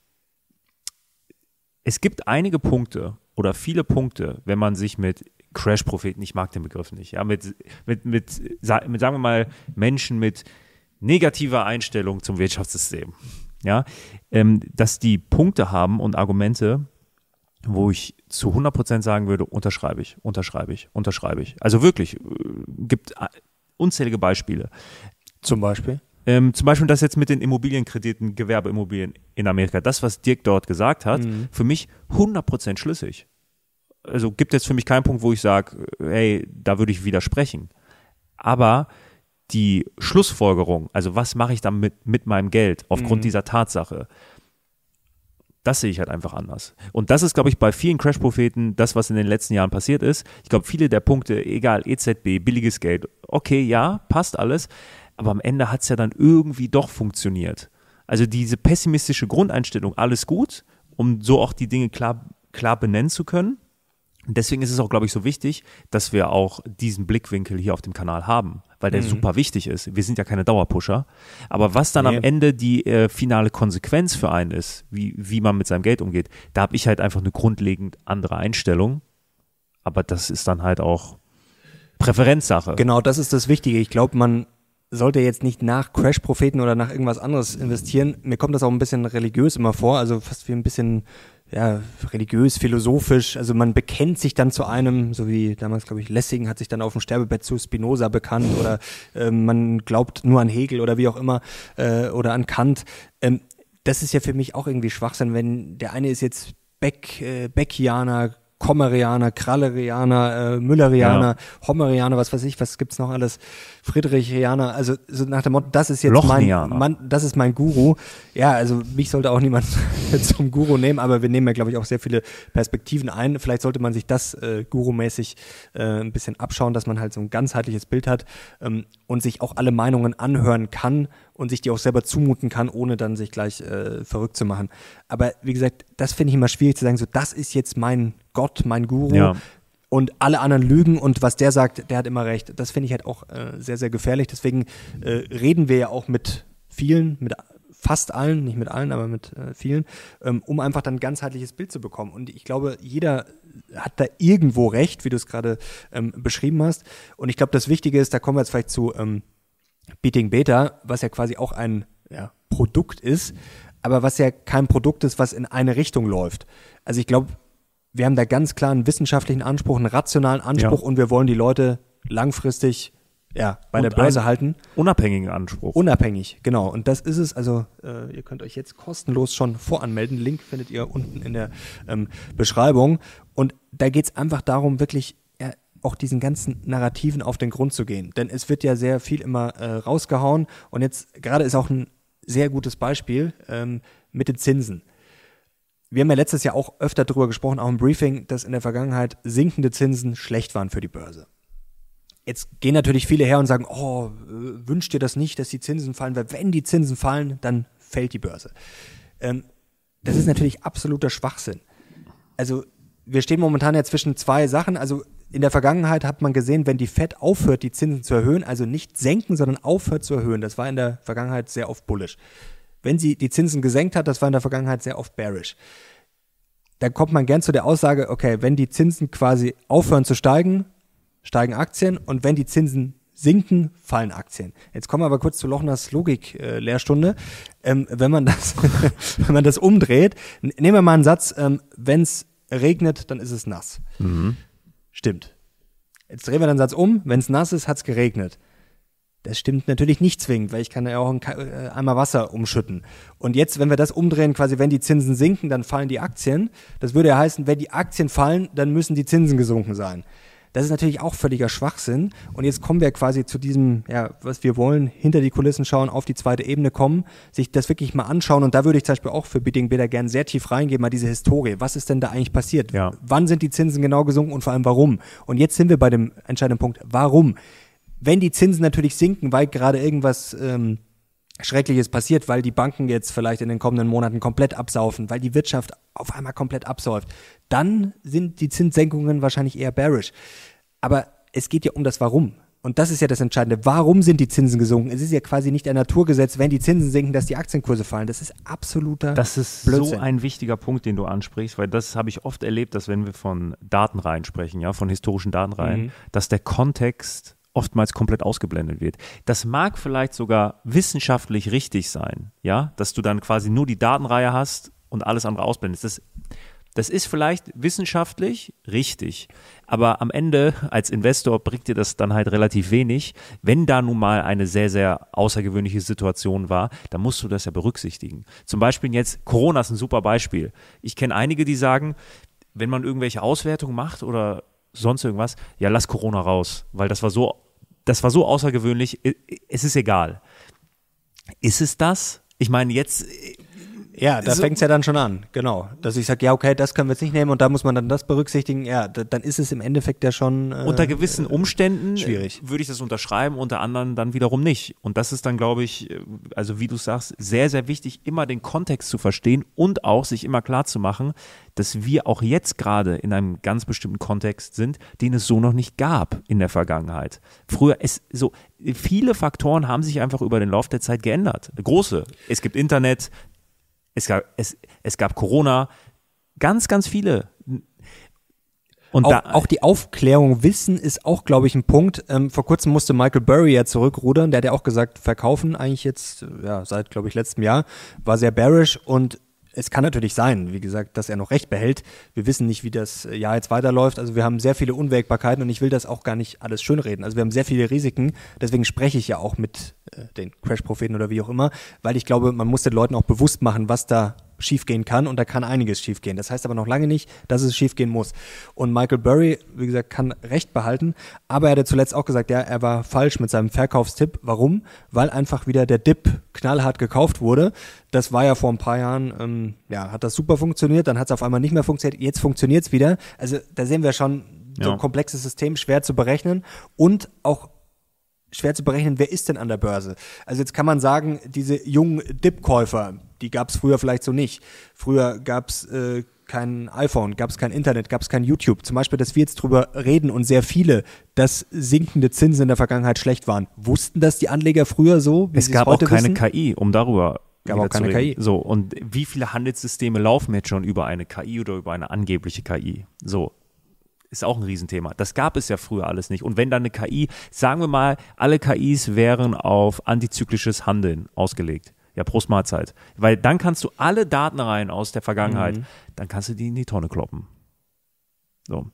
Es gibt einige Punkte oder viele Punkte, wenn man sich mit Crash-Propheten, ich mag den Begriff nicht, ja, mit, mit, mit, mit, sagen wir mal, Menschen mit negativer Einstellung zum Wirtschaftssystem, ja, ähm, dass die Punkte haben und Argumente, wo ich zu hundert Prozent sagen würde, unterschreibe ich, unterschreibe ich, unterschreibe ich. Also wirklich, äh, gibt unzählige Beispiele. Zum Beispiel? Ähm, zum Beispiel das jetzt mit den Immobilienkrediten, Gewerbeimmobilien in Amerika. Das, was Dirk dort gesagt hat, Mhm. für mich hundert Prozent schlüssig. Also gibt jetzt für mich keinen Punkt, wo ich sage, hey, da würde ich widersprechen. Aber die Schlussfolgerung, also was mache ich damit mit meinem Geld aufgrund Mhm. dieser Tatsache, das sehe ich halt einfach anders. Und das ist, glaube ich, bei vielen Crash-Propheten das, was in den letzten Jahren passiert ist. Ich glaube, viele der Punkte, egal, E Z B, billiges Geld, okay, ja, passt alles, aber am Ende hat es ja dann irgendwie doch funktioniert. Also diese pessimistische Grundeinstellung, alles gut, um so auch die Dinge klar, klar benennen zu können. Und deswegen ist es auch, glaube ich, so wichtig, dass wir auch diesen Blickwinkel hier auf dem Kanal haben, weil der Mhm. super wichtig ist. Wir sind ja keine Dauerpusher. Aber was dann Nee. am Ende die äh, finale Konsequenz für einen ist, wie, wie man mit seinem Geld umgeht, da habe ich halt einfach eine grundlegend andere Einstellung. Aber das ist dann halt auch Präferenzsache. Genau, das ist das Wichtige. Ich glaube, man sollte jetzt nicht nach Crash-Propheten oder nach irgendwas anderes investieren. Mir kommt das auch ein bisschen religiös immer vor, also fast wie ein bisschen ja, religiös, philosophisch. Also man bekennt sich dann zu einem, so wie damals, glaube ich, Lessing hat sich dann auf dem Sterbebett zu Spinoza bekannt oder äh, man glaubt nur an Hegel oder wie auch immer äh, oder an Kant. Ähm, das ist ja für mich auch irgendwie Schwachsinn, wenn der eine ist jetzt Beck, äh, Beckianer, Kommerianer, Krallerianer, äh, Müllerianer, ja. Hommerianer, was weiß ich, was gibt's noch alles, Friedrichianer, also so nach dem Motto, das ist jetzt mein, mein, das ist mein Guru. Ja, also mich sollte auch niemand zum Guru nehmen, aber wir nehmen ja, glaube ich, auch sehr viele Perspektiven ein. Vielleicht sollte man sich das äh, Guru-mäßig äh, ein bisschen abschauen, dass man halt so ein ganzheitliches Bild hat ähm, und sich auch alle Meinungen anhören kann und sich die auch selber zumuten kann, ohne dann sich gleich äh, verrückt zu machen. Aber wie gesagt, das finde ich immer schwierig zu sagen, so das ist jetzt mein Gott, mein Guru ja. und alle anderen lügen und was der sagt, der hat immer recht. Das finde ich halt auch äh, sehr, sehr gefährlich. Deswegen äh, reden wir ja auch mit vielen, mit fast allen, nicht mit allen, aber mit äh, vielen, ähm, um einfach dann ein ganzheitliches Bild zu bekommen. Und ich glaube, jeder hat da irgendwo recht, wie du es gerade ähm, beschrieben hast. Und ich glaube, das Wichtige ist, da kommen wir jetzt vielleicht zu ähm, Beating Beta, was ja quasi auch ein ja, Produkt ist, aber was ja kein Produkt ist, was in eine Richtung läuft. Also ich glaube, wir haben da ganz klar einen wissenschaftlichen Anspruch, einen rationalen Anspruch ja. und wir wollen die Leute langfristig ja, bei und der Börse halten. Unabhängigen Anspruch. Unabhängig, genau. Und das ist es. Also äh, ihr könnt euch jetzt kostenlos schon voranmelden. Link findet ihr unten in der ähm, Beschreibung. Und da geht es einfach darum, wirklich ja, auch diesen ganzen Narrativen auf den Grund zu gehen. Denn es wird ja sehr viel immer äh, rausgehauen. Und jetzt gerade ist auch ein sehr gutes Beispiel ähm, mit den Zinsen. Wir haben ja letztes Jahr auch öfter darüber gesprochen, auch im Briefing, dass in der Vergangenheit sinkende Zinsen schlecht waren für die Börse. Jetzt gehen natürlich viele her und sagen, oh, wünscht dir das nicht, dass die Zinsen fallen, weil wenn die Zinsen fallen, dann fällt die Börse. Ähm, das ist natürlich absoluter Schwachsinn. Also wir stehen momentan ja zwischen zwei Sachen. Also in der Vergangenheit hat man gesehen, wenn die Fed aufhört, die Zinsen zu erhöhen, also nicht senken, sondern aufhört zu erhöhen, das war in der Vergangenheit sehr oft bullish. Wenn sie die Zinsen gesenkt hat, das war in der Vergangenheit sehr oft bearish. Dann kommt man gern zu der Aussage, okay, wenn die Zinsen quasi aufhören zu steigen, steigen Aktien und wenn die Zinsen sinken, fallen Aktien. Jetzt kommen wir aber kurz zu Lochners Logik-Lehrstunde. Ähm, wenn man das, wenn man das umdreht, nehmen wir mal einen Satz, ähm, wenn es regnet, dann ist es nass. Mhm. Stimmt. Jetzt drehen wir den Satz um, wenn es nass ist, hat es geregnet. Das stimmt natürlich nicht zwingend, weil ich kann ja auch einen Eimer Wasser umschütten. Und jetzt, wenn wir das umdrehen, quasi wenn die Zinsen sinken, dann fallen die Aktien. Das würde ja heißen, wenn die Aktien fallen, dann müssen die Zinsen gesunken sein. Das ist natürlich auch völliger Schwachsinn. Und jetzt kommen wir quasi zu diesem, ja, was wir wollen, hinter die Kulissen schauen, auf die zweite Ebene kommen, sich das wirklich mal anschauen. Und da würde ich zum Beispiel auch für Beating Beta gerne sehr tief reingehen, mal diese Historie. Was ist denn da eigentlich passiert? Ja. Wann sind die Zinsen genau gesunken und vor allem warum? Und jetzt sind wir bei dem entscheidenden Punkt, warum? Wenn die Zinsen natürlich sinken, weil gerade irgendwas ähm, Schreckliches passiert, weil die Banken jetzt vielleicht in den kommenden Monaten komplett absaufen, weil die Wirtschaft auf einmal komplett absäuft, dann sind die Zinssenkungen wahrscheinlich eher bearish. Aber es geht ja um das Warum. Und das ist ja das Entscheidende. Warum sind die Zinsen gesunken? Es ist ja quasi nicht ein Naturgesetz, wenn die Zinsen sinken, dass die Aktienkurse fallen. Das ist absoluter Das ist Blödsinn. So ein wichtiger Punkt, den du ansprichst, weil das habe ich oft erlebt, dass wenn wir von Datenreihen sprechen, ja, von historischen Datenreihen, Mhm. dass der Kontext oftmals komplett ausgeblendet wird. Das mag vielleicht sogar wissenschaftlich richtig sein, ja, dass du dann quasi nur die Datenreihe hast und alles andere ausblendest. Das, das ist vielleicht wissenschaftlich richtig, aber am Ende als Investor bringt dir das dann halt relativ wenig. Wenn da nun mal eine sehr, sehr außergewöhnliche Situation war, dann musst du das ja berücksichtigen. Zum Beispiel jetzt, Corona ist ein super Beispiel. Ich kenne einige, die sagen, wenn man irgendwelche Auswertungen macht oder sonst irgendwas, ja, lass Corona raus, weil das war so Das war so außergewöhnlich, es ist egal. Ist es das? Ich meine, jetzt... Ja, da so, fängt es ja dann schon an, genau. Dass ich sage, ja, okay, das können wir jetzt nicht nehmen und da muss man dann das berücksichtigen. Ja, da, dann ist es im Endeffekt ja schon äh, unter gewissen Umständen schwierig. Würde ich das unterschreiben, unter anderen dann wiederum nicht. Und das ist dann, glaube ich, also wie du sagst, sehr, sehr wichtig, immer den Kontext zu verstehen und auch sich immer klar zu machen, dass wir auch jetzt gerade in einem ganz bestimmten Kontext sind, den es so noch nicht gab in der Vergangenheit. Früher, es so, viele Faktoren haben sich einfach über den Lauf der Zeit geändert. Große. Es gibt Internet, Es gab, es, es gab Corona, ganz, ganz viele. Und auch, da, auch die Aufklärung, Wissen ist auch, glaube ich, ein Punkt. Ähm, vor kurzem musste Michael Burry ja zurückrudern. Der hat ja auch gesagt, verkaufen eigentlich jetzt, ja, seit, glaube ich, letztem Jahr, war sehr bearish und es kann natürlich sein, wie gesagt, dass er noch Recht behält. Wir wissen nicht, wie das Jahr jetzt weiterläuft. Also wir haben sehr viele Unwägbarkeiten und ich will das auch gar nicht alles schönreden. Also wir haben sehr viele Risiken. Deswegen spreche ich ja auch mit äh, den Crash-Propheten oder wie auch immer, weil ich glaube, man muss den Leuten auch bewusst machen, was da schiefgehen kann und da kann einiges schiefgehen. Das heißt aber noch lange nicht, dass es schiefgehen muss. Und Michael Burry, wie gesagt, kann Recht behalten, aber er hatte zuletzt auch gesagt, ja, er war falsch mit seinem Verkaufstipp. Warum? Weil einfach wieder der Dip knallhart gekauft wurde. Das war ja vor ein paar Jahren, ähm, ja, hat das super funktioniert, dann hat es auf einmal nicht mehr funktioniert, jetzt funktioniert es wieder. Also da sehen wir schon, so ein komplexes System, schwer zu berechnen und auch schwer zu berechnen, wer ist denn an der Börse? Also jetzt kann man sagen, diese jungen Dip-Käufer, die gab es früher vielleicht so nicht. Früher gab es äh, kein iPhone, gab es kein Internet, gab es kein YouTube. Zum Beispiel, dass wir jetzt drüber reden und sehr viele, dass sinkende Zinsen in der Vergangenheit schlecht waren. Wussten das die Anleger früher so, wie es sie gab es heute auch keine wissen? K I, um darüber Gab auch keine zu K reden. I. So, und wie viele Handelssysteme laufen jetzt schon über eine K I oder über eine angebliche K I? So. Ist auch ein Riesenthema. Das gab es ja früher alles nicht. Und wenn dann eine K I, sagen wir mal, alle K Is wären auf antizyklisches Handeln ausgelegt. Ja, Prost Mahlzeit. Weil dann kannst du alle Daten rein aus der Vergangenheit, mhm. dann kannst du die in die Tonne kloppen. So.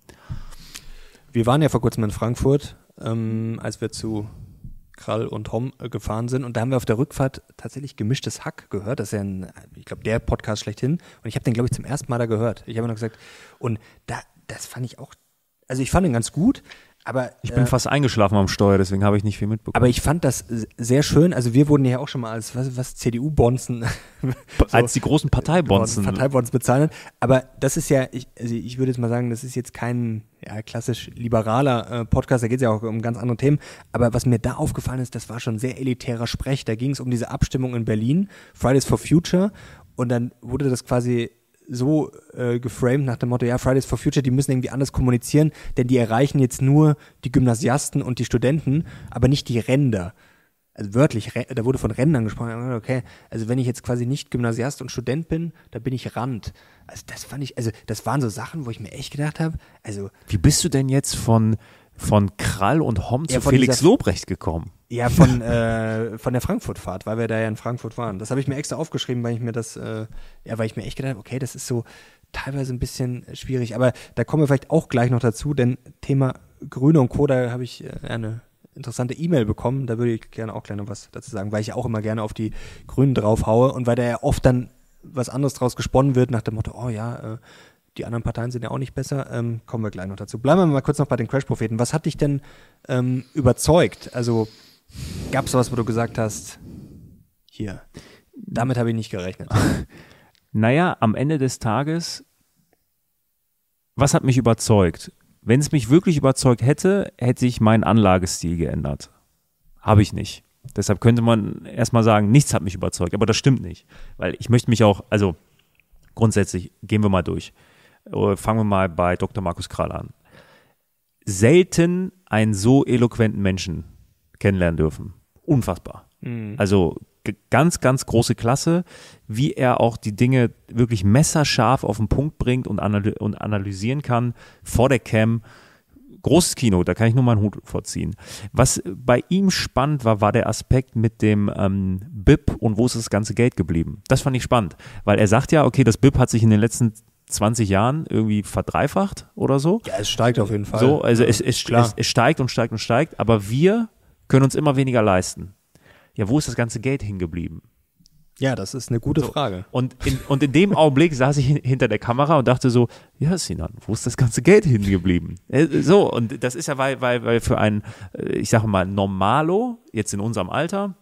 Wir waren ja vor kurzem in Frankfurt, ähm, als wir zu Krall und Hom äh, gefahren sind und da haben wir auf der Rückfahrt tatsächlich Gemischtes Hack gehört. Das ist ja ein, ich glaube, der Podcast schlechthin. Und ich habe den, glaube ich, zum ersten Mal da gehört. Ich habe noch gesagt, und da, das fand ich auch, also ich fand ihn ganz gut, aber ich bin äh, fast eingeschlafen am Steuer, deswegen habe ich nicht viel mitbekommen. Aber ich fand das sehr schön. Also wir wurden ja auch schon mal als was, was C D U-Bonzen so, als die großen Parteibonzen Parteibonzen bezeichnet. Aber das ist ja, ich, also ich würde jetzt mal sagen, das ist jetzt kein ja, klassisch liberaler äh, Podcast. Da geht es ja auch um ganz andere Themen. Aber was mir da aufgefallen ist, das war schon sehr elitärer Sprech. Da ging es um diese Abstimmung in Berlin, Fridays for Future. Und dann wurde das quasi so äh, geframed nach dem Motto, ja, Fridays for Future, die müssen irgendwie anders kommunizieren, denn die erreichen jetzt nur die Gymnasiasten und die Studenten, aber nicht die Ränder. Also wörtlich, da wurde von Rändern gesprochen. Okay, also wenn ich jetzt quasi nicht Gymnasiast und Student bin, da bin ich Rand. Also das fand ich, also das waren so Sachen, wo ich mir echt gedacht habe, also wie bist du denn jetzt von von Krall und Hom ja, zu Felix dieser, Lobrecht gekommen? Ja, von, äh, von der Frankfurt-Fahrt, weil wir da ja in Frankfurt waren. Das habe ich mir extra aufgeschrieben, weil ich mir das, äh, ja, weil ich mir echt gedacht habe, okay, das ist so teilweise ein bisschen schwierig. Aber da kommen wir vielleicht auch gleich noch dazu, denn Thema Grüne und Co., da habe ich äh, eine interessante E-Mail bekommen, da würde ich gerne auch gleich noch was dazu sagen, weil ich ja auch immer gerne auf die Grünen drauf haue und weil da ja oft dann was anderes draus gesponnen wird, nach dem Motto, oh ja, äh, die anderen Parteien sind ja auch nicht besser, ähm, kommen wir gleich noch dazu. Bleiben wir mal kurz noch bei den Crash-Propheten. Was hat dich denn ähm, überzeugt? Also gab es was, wo du gesagt hast, hier, damit habe ich nicht gerechnet? Naja, am Ende des Tages, was hat mich überzeugt? Wenn es mich wirklich überzeugt hätte, hätte ich meinen Anlagestil geändert. Habe ich nicht. Deshalb könnte man erstmal sagen, nichts hat mich überzeugt, aber das stimmt nicht. Weil ich möchte mich auch, also grundsätzlich, gehen wir mal durch. Fangen wir mal bei Doktor Markus Krall an. Selten einen so eloquenten Menschen kennenlernen dürfen. Unfassbar. Mhm. Also g- ganz, ganz große Klasse, wie er auch die Dinge wirklich messerscharf auf den Punkt bringt und, anal- und analysieren kann vor der Cam. Großes Kino, da kann ich nur meinen Hut vorziehen. Was bei ihm spannend war, war der Aspekt mit dem ähm, B I P und wo ist das ganze Geld geblieben. Das fand ich spannend, weil er sagt ja, okay, das B I P hat sich in den letzten zwanzig Jahren irgendwie verdreifacht oder so. Ja, es steigt auf jeden Fall. So, also ja, es, es, es, es steigt und steigt und steigt, aber wir können uns immer weniger leisten. Ja, wo ist das ganze Geld hingeblieben? Ja, das ist eine gute so. Frage. Und in, und in dem Augenblick saß ich hinter der Kamera und dachte so, ja Sinan, wo ist das ganze Geld hingeblieben? So, und das ist ja, weil, weil, weil für einen, ich sage mal, Normalo, jetzt in unserem Alter,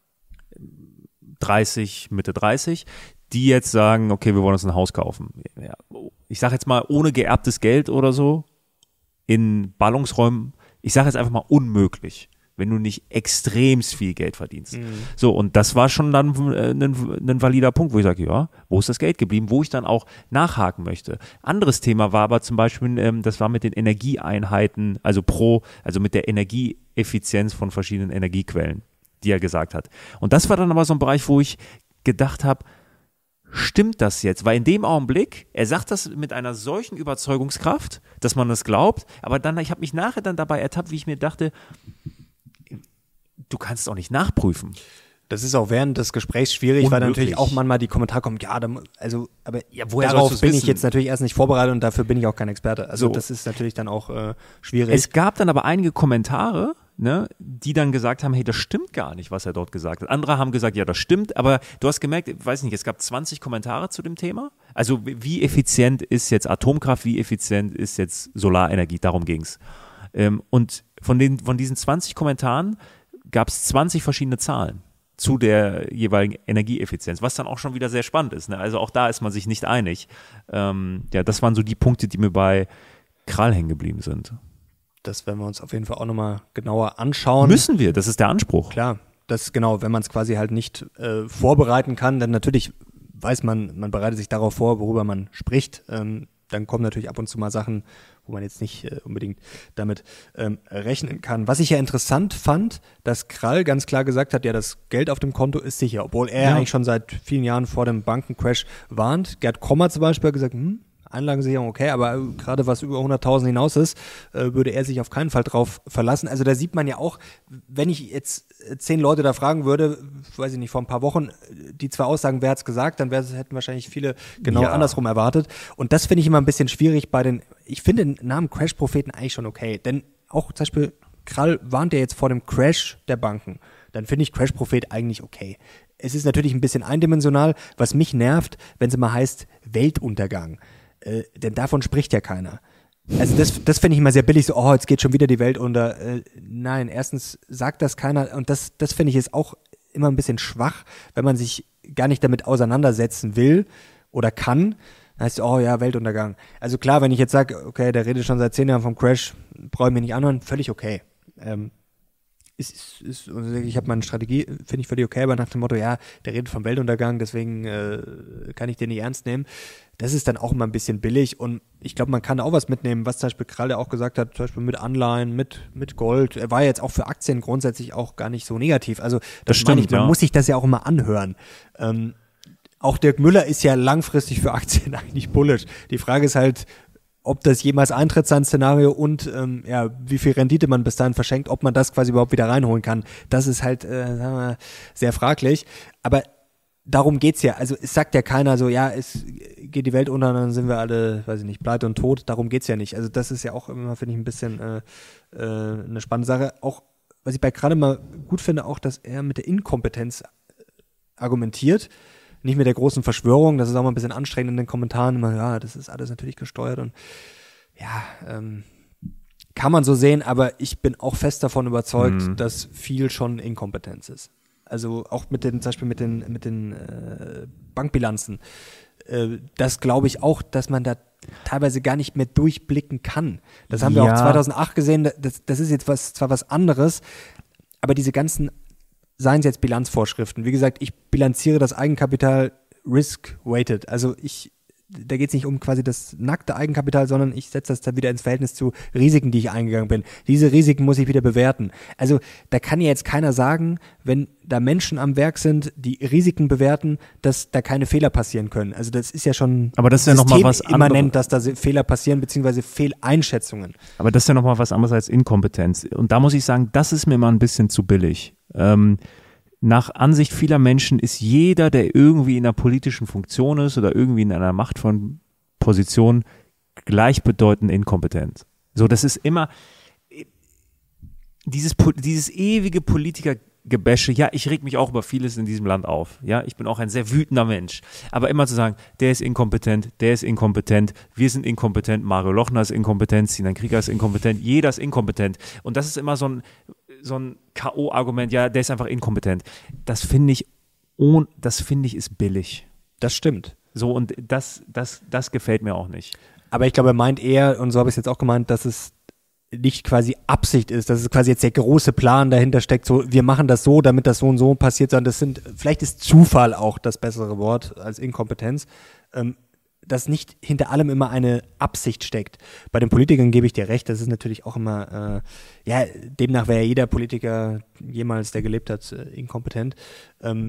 dreißig, Mitte dreißig, die jetzt sagen, okay, wir wollen uns ein Haus kaufen. Ja, ich sage jetzt mal, ohne geerbtes Geld oder so, in Ballungsräumen, ich sage jetzt einfach mal unmöglich, wenn du nicht extremst viel Geld verdienst. Mhm. So, und das war schon dann ein, ein valider Punkt, wo ich sage, ja, wo ist das Geld geblieben, wo ich dann auch nachhaken möchte. Anderes Thema war aber zum Beispiel, ähm, das war mit den Energieeinheiten, also pro, also mit der Energieeffizienz von verschiedenen Energiequellen, die er gesagt hat. Und das war dann aber so ein Bereich, wo ich gedacht habe, stimmt das jetzt? Weil in dem Augenblick, er sagt das mit einer solchen Überzeugungskraft, dass man das glaubt, aber dann, ich habe mich nachher dann dabei ertappt, wie ich mir dachte, du kannst es auch nicht nachprüfen. Das ist auch während des Gesprächs schwierig, Unmöglich. weil dann natürlich auch manchmal die Kommentare kommen, ja, da, also, aber ja, woher darauf sollst du's bin wissen? ich jetzt natürlich erst nicht vorbereitet und dafür bin ich auch kein Experte. Also So. das ist natürlich dann auch äh, schwierig. Es gab dann aber einige Kommentare, ne, die dann gesagt haben, hey, das stimmt gar nicht, was er dort gesagt hat. Andere haben gesagt, ja, das stimmt, aber du hast gemerkt, ich weiß nicht, es gab zwanzig Kommentare zu dem Thema. Also wie effizient ist jetzt Atomkraft, wie effizient ist jetzt Solarenergie, darum ging's. Ähm, und von, den, von diesen zwanzig Kommentaren gab es zwanzig verschiedene Zahlen zu der jeweiligen Energieeffizienz, was dann auch schon wieder sehr spannend ist. Ne? Also auch da ist man sich nicht einig. Ähm, ja, das waren so die Punkte, die mir bei Krall hängen geblieben sind. Das werden wir uns auf jeden Fall auch nochmal genauer anschauen. Müssen wir, das ist der Anspruch. Klar, das genau, wenn man es quasi halt nicht äh, vorbereiten kann, dann natürlich weiß man, man bereitet sich darauf vor, worüber man spricht. Ähm, dann kommen natürlich ab und zu mal Sachen, wo man jetzt nicht äh, unbedingt damit ähm, rechnen kann. Was ich ja interessant fand, dass Krall ganz klar gesagt hat, ja, das Geld auf dem Konto ist sicher, obwohl er Ja. eigentlich schon seit vielen Jahren vor dem Bankencrash warnt. Gerd Kommer zum Beispiel hat gesagt, hm, Einlagensicherung okay, aber äh, gerade was über hunderttausend hinaus ist, äh, würde er sich auf keinen Fall drauf verlassen. Also da sieht man ja auch, wenn ich jetzt äh, zehn Leute da fragen würde, weiß ich nicht, vor ein paar Wochen, äh, die zwei Aussagen, wer hat's gesagt, dann wär's, hätten wahrscheinlich viele genau Ja. andersrum erwartet. Und das finde ich immer ein bisschen schwierig bei den, ich finde den Namen Crash-Propheten eigentlich schon okay, denn auch zum Beispiel Krall warnt ja jetzt vor dem Crash der Banken. Dann finde ich Crash-Prophet eigentlich okay. Es ist natürlich ein bisschen eindimensional, was mich nervt, wenn es immer heißt Weltuntergang. Äh, denn davon spricht ja keiner. Also das, das finde ich immer sehr billig, so, oh, jetzt geht schon wieder die Welt unter. Äh, nein, erstens sagt das keiner und das, das finde ich ist auch immer ein bisschen schwach, wenn man sich gar nicht damit auseinandersetzen will oder kann. Dann heißt es, oh ja, Weltuntergang. Also klar, wenn ich jetzt sage, okay, der redet schon seit zehn Jahren vom Crash, brauche ich mir nicht anhören, völlig okay. Ähm, ist, ist, ist, also ich habe meine Strategie, finde ich völlig okay, aber nach dem Motto, ja, der redet vom Weltuntergang, deswegen äh, kann ich den nicht ernst nehmen. Das ist dann auch immer ein bisschen billig und ich glaube, man kann auch was mitnehmen, was zum Beispiel Krall ja auch gesagt hat, zum Beispiel mit Anleihen, mit, mit Gold. Er war jetzt auch für Aktien grundsätzlich auch gar nicht so negativ. Also das, Das meine stimmt, ich, man ja. muss sich das ja auch immer anhören. Ähm, auch Dirk Müller ist ja langfristig für Aktien eigentlich bullish. Die Frage ist halt, ob das jemals eintritt, sein Szenario und ähm, ja, wie viel Rendite man bis dahin verschenkt, ob man das quasi überhaupt wieder reinholen kann. Das ist halt äh, sagen wir, sehr fraglich. Aber darum geht's ja. Also es sagt ja keiner so, ja, es geht die Welt unter, dann sind wir alle, weiß ich nicht, pleite und tot. Darum geht's ja nicht. Also das ist ja auch immer, finde ich, ein bisschen äh, äh, eine spannende Sache. Auch, was ich bei gerade mal gut finde, auch, dass er mit der Inkompetenz argumentiert. Nicht mit der großen Verschwörung, das ist auch mal ein bisschen anstrengend in den Kommentaren, immer, ja, das ist alles natürlich gesteuert und ja, ähm, kann man so sehen, aber ich bin auch fest davon überzeugt, Mhm. dass viel schon Inkompetenz ist. Also auch mit den, zum Beispiel mit den, mit den äh, Bankbilanzen. Äh, das glaube ich auch, dass man da teilweise gar nicht mehr durchblicken kann. Das haben wir Ja. auch zweitausendacht gesehen, das, das ist jetzt was, zwar was anderes, aber diese ganzen seien es jetzt Bilanzvorschriften. Wie gesagt, ich bilanziere das Eigenkapital risk-weighted. Also ich, da geht es nicht um quasi das nackte Eigenkapital, sondern ich setze das dann wieder ins Verhältnis zu Risiken, die ich eingegangen bin. Diese Risiken muss ich wieder bewerten. Also da kann ja jetzt keiner sagen, wenn da Menschen am Werk sind, die Risiken bewerten, dass da keine Fehler passieren können. Also das ist ja schon Aber das ist ja noch mal was immanent, dass da Fehler passieren, beziehungsweise Fehleinschätzungen. Aber das ist ja nochmal was anderes als Inkompetenz. Und da muss ich sagen, das ist mir mal ein bisschen zu billig. Ähm, nach Ansicht vieler Menschen ist jeder, der irgendwie in einer politischen Funktion ist oder irgendwie in einer machtvollen Position, gleichbedeutend inkompetent. So, das ist immer dieses, dieses ewige Politikergebäsche. Ja, ich reg mich auch über vieles in diesem Land auf. Ja, ich bin auch ein sehr wütender Mensch. Aber immer zu sagen, der ist inkompetent, der ist inkompetent, wir sind inkompetent, Mario Lochner ist inkompetent, Sinan Krieger ist inkompetent, jeder ist inkompetent. Und das ist immer so ein so ein K O-Argument, ja, der ist einfach inkompetent. Das finde ich, oh, das finde ich ist billig. Das stimmt. So, und das, das, das gefällt mir auch nicht. Aber ich glaube, er meint eher, und so habe ich es jetzt auch gemeint, dass es nicht quasi Absicht ist, dass es quasi jetzt der große Plan dahinter steckt, so, wir machen das so, damit das so und so passiert, sondern das sind, vielleicht ist Zufall auch das bessere Wort als Inkompetenz, ähm, dass nicht hinter allem immer eine Absicht steckt. Bei den Politikern gebe ich dir recht, das ist natürlich auch immer, äh, ja, demnach wäre jeder Politiker jemals, der gelebt hat, äh, inkompetent. Ähm,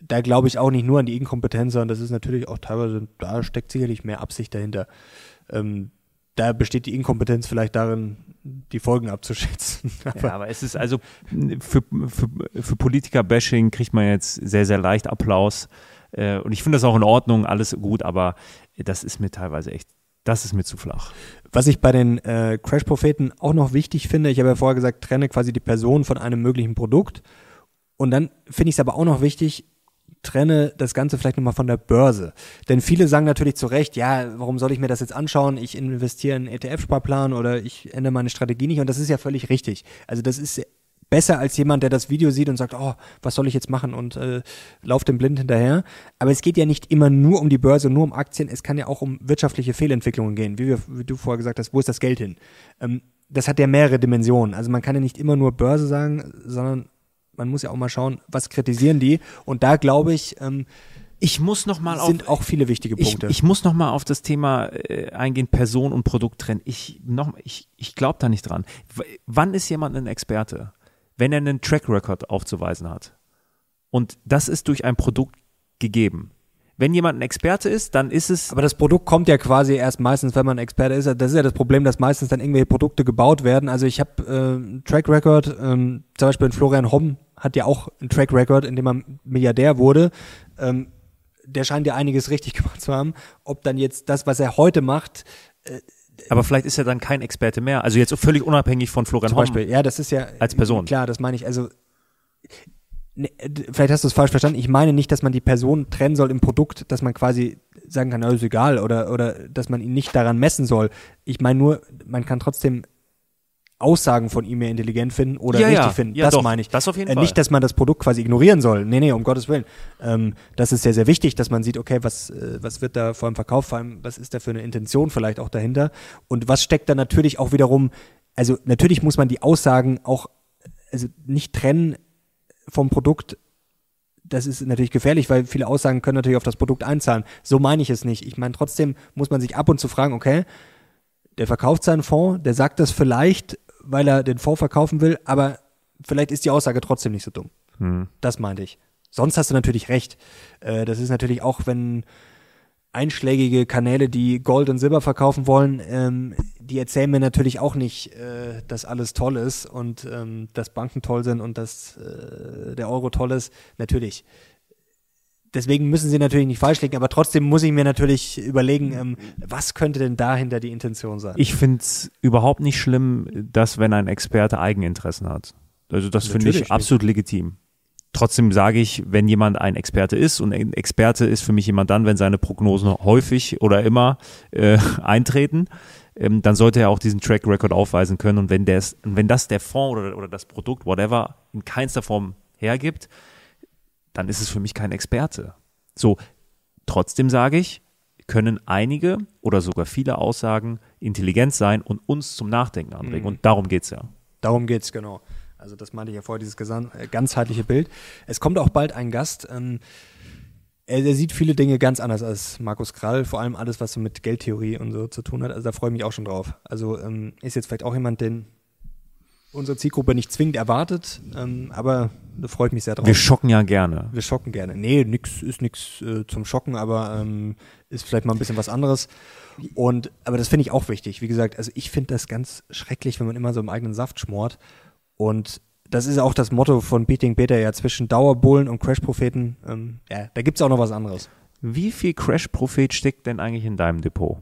da glaube ich auch nicht nur an die Inkompetenz, sondern das ist natürlich auch teilweise, da steckt sicherlich mehr Absicht dahinter. Ähm, da besteht die Inkompetenz vielleicht darin, die Folgen abzuschätzen. aber, ja, aber es ist also, für, für, für Politiker-Bashing kriegt man jetzt sehr, sehr leicht Applaus. Äh, und ich finde das auch in Ordnung, alles gut, aber das ist mir teilweise echt, das ist mir zu flach. Was ich bei den äh, Crash-Propheten auch noch wichtig finde, ich habe ja vorher gesagt, trenne quasi die Person von einem möglichen Produkt. Und dann finde ich es aber auch noch wichtig, trenne das Ganze vielleicht nochmal von der Börse. Denn viele sagen natürlich zu Recht, ja, warum soll ich mir das jetzt anschauen? Ich investiere in einen E T F-Sparplan oder ich ändere meine Strategie nicht. Und das ist ja völlig richtig. Also das ist besser als jemand, der das Video sieht und sagt, oh, was soll ich jetzt machen und äh, lauft dem blind hinterher. Aber es geht ja nicht immer nur um die Börse, nur um Aktien. Es kann ja auch um wirtschaftliche Fehlentwicklungen gehen. Wie, wir, wie du vorher gesagt hast, wo ist das Geld hin? Ähm, das hat ja mehrere Dimensionen. Also man kann ja nicht immer nur Börse sagen, sondern man muss ja auch mal schauen, was kritisieren die. Und da glaube ich, ähm, ich muss noch mal sind auf, auch viele wichtige Punkte. Ich, ich muss noch mal auf das Thema äh, eingehen, Person und Produkt trennen. Ich, noch, ich, ich glaube da nicht dran. W- wann ist jemand ein Experte? Wenn er einen Track Record aufzuweisen hat. Und das ist durch ein Produkt gegeben. Wenn jemand ein Experte ist, dann ist es... Aber das Produkt kommt ja quasi erst meistens, wenn man ein Experte ist. Das ist ja das Problem, dass meistens dann irgendwelche Produkte gebaut werden. Also ich habe äh, einen Track Record, ähm, zum Beispiel Florian Homm hat ja auch einen Track Record, in dem er Milliardär wurde. Ähm, der scheint ja einiges richtig gemacht zu haben. Ob dann jetzt das, was er heute macht... Äh, aber vielleicht ist er dann kein Experte mehr. Also jetzt völlig unabhängig von Florian Zum Homm. Beispiel, ja, das ist ja... Als Person. Klar, das meine ich. Also... Ne, vielleicht hast du es falsch verstanden. Ich meine nicht, dass man die Person trennen soll im Produkt, dass man quasi sagen kann, na, ist egal, oder, oder dass man ihn nicht daran messen soll. Ich meine nur, man kann trotzdem Aussagen von ihm mehr intelligent finden oder ja, richtig ja. finden. Ja, das doch. meine ich. Das auf jeden äh, Fall. Nicht, dass man das Produkt quasi ignorieren soll. Nee, nee, um Gottes Willen. Ähm, das ist sehr, sehr wichtig, dass man sieht, okay, was, äh, was wird da vor allem verkauft, vor allem, was ist da für eine Intention vielleicht auch dahinter und was steckt da natürlich auch wiederum, also natürlich muss man die Aussagen auch, also nicht trennen vom Produkt. Das ist natürlich gefährlich, weil viele Aussagen können natürlich auf das Produkt einzahlen. So meine ich es nicht. Ich meine, trotzdem muss man sich ab und zu fragen, okay, der verkauft seinen Fonds, der sagt das vielleicht, weil er den Fonds verkaufen will, aber vielleicht ist die Aussage trotzdem nicht so dumm. Hm. Das meinte ich. Sonst hast du natürlich recht. Äh, das ist natürlich auch, wenn einschlägige Kanäle, die Gold und Silber verkaufen wollen, ähm, die erzählen mir natürlich auch nicht, äh, dass alles toll ist und ähm, dass Banken toll sind und dass äh, der Euro toll ist. Natürlich. Deswegen müssen sie natürlich nicht falsch liegen, aber trotzdem muss ich mir natürlich überlegen, ähm, was könnte denn dahinter die Intention sein? Ich finde es überhaupt nicht schlimm, dass wenn ein Experte Eigeninteressen hat. Also das finde ich Natürlich absolut legitim. Trotzdem sage ich, wenn jemand ein Experte ist, und ein Experte ist für mich jemand dann, wenn seine Prognosen häufig oder immer äh, eintreten, ähm, dann sollte er auch diesen Track Record aufweisen können. Und wenn, des, wenn das der Fonds oder, oder das Produkt, whatever, in keinster Form hergibt, dann ist es für mich kein Experte. So, trotzdem sage ich, können einige oder sogar viele Aussagen intelligent sein und uns zum Nachdenken anregen. Mhm. Und darum geht's ja. Darum geht's, genau. Also das meinte ich ja vorher, dieses gesan- äh, ganzheitliche Bild. Es kommt auch bald ein Gast. Ähm, er, er sieht viele Dinge ganz anders als Markus Krall, vor allem alles, was so mit Geldtheorie und so zu tun hat. Also da freue ich mich auch schon drauf. Also ähm, ist jetzt vielleicht auch jemand, den unsere Zielgruppe nicht zwingend erwartet, ähm, aber da freue ich mich sehr drauf. Wir schocken ja gerne. Wir schocken gerne. Nee, nix ist nichts äh, zum Schocken, aber ähm, ist vielleicht mal ein bisschen was anderes. Und aber das finde ich auch wichtig. Wie gesagt, also ich finde das ganz schrecklich, wenn man immer so im eigenen Saft schmort. Und das ist auch das Motto von Beating Beta, ja, zwischen Dauerbullen und Crash-Propheten. Ähm, ja, da gibt es auch noch was anderes. Wie viel Crash-Prophet steckt denn eigentlich in deinem Depot?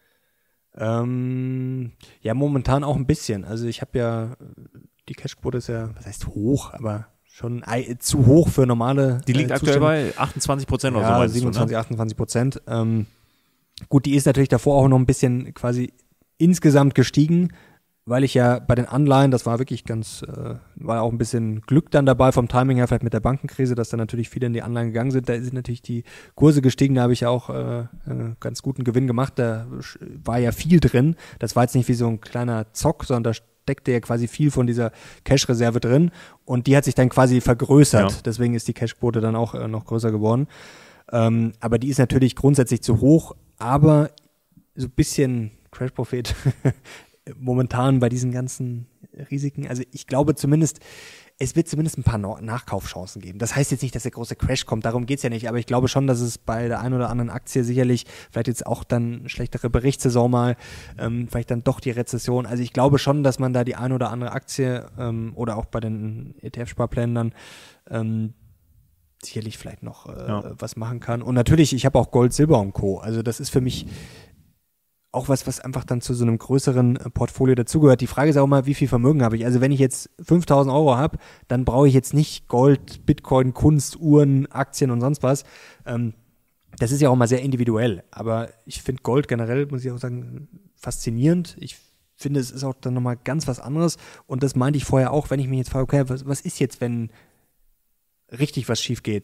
Ähm, ja, momentan auch ein bisschen. Also ich habe ja, die Cashquote ist ja, was heißt hoch, aber schon äh, zu hoch für normale Die liegt äh, aktuell Zustände. bei achtundzwanzig Prozent oder Ja, so. meinst siebenundzwanzig, du, ne? achtundzwanzig Prozent. Ähm, gut, die ist natürlich davor auch noch ein bisschen quasi insgesamt gestiegen, weil ich ja bei den Anleihen, das war wirklich ganz, äh, war auch ein bisschen Glück dann dabei vom Timing her, vielleicht mit der Bankenkrise, dass dann natürlich viele in die Anleihen gegangen sind. Da sind natürlich die Kurse gestiegen, da habe ich ja auch äh, äh, ganz guten Gewinn gemacht. Da war ja viel drin. Das war jetzt nicht wie so ein kleiner Zock, sondern da steckte ja quasi viel von dieser Cash-Reserve drin und die hat sich dann quasi vergrößert. Ja. Deswegen ist die Cash-Quote dann auch äh, noch größer geworden. Ähm, aber die ist natürlich grundsätzlich zu hoch, aber so ein bisschen Crash-Prophet momentan bei diesen ganzen Risiken, also ich glaube zumindest, es wird zumindest ein paar no- Nachkaufchancen geben. Das heißt jetzt nicht, dass der große Crash kommt, darum geht's ja nicht, aber ich glaube schon, dass es bei der einen oder anderen Aktie sicherlich, vielleicht jetzt auch dann schlechtere Berichtssaison mal, ähm, vielleicht dann doch die Rezession, also ich glaube schon, dass man da die eine oder andere Aktie ähm, oder auch bei den E T F-Sparplänen dann ähm, sicherlich vielleicht noch äh, ja. was machen kann. Und natürlich, ich habe auch Gold, Silber und Co. Also das ist für mich auch was, was einfach dann zu so einem größeren Portfolio dazugehört. Die Frage ist auch mal, wie viel Vermögen habe ich? Also wenn ich jetzt fünftausend Euro habe, dann brauche ich jetzt nicht Gold, Bitcoin, Kunst, Uhren, Aktien und sonst was. Ähm, das ist ja auch mal sehr individuell. Aber ich finde Gold generell, muss ich auch sagen, faszinierend. Ich finde, es ist auch dann nochmal ganz was anderes. Und das meinte ich vorher auch, wenn ich mich jetzt frage, okay, was, was ist jetzt, wenn richtig was schief geht?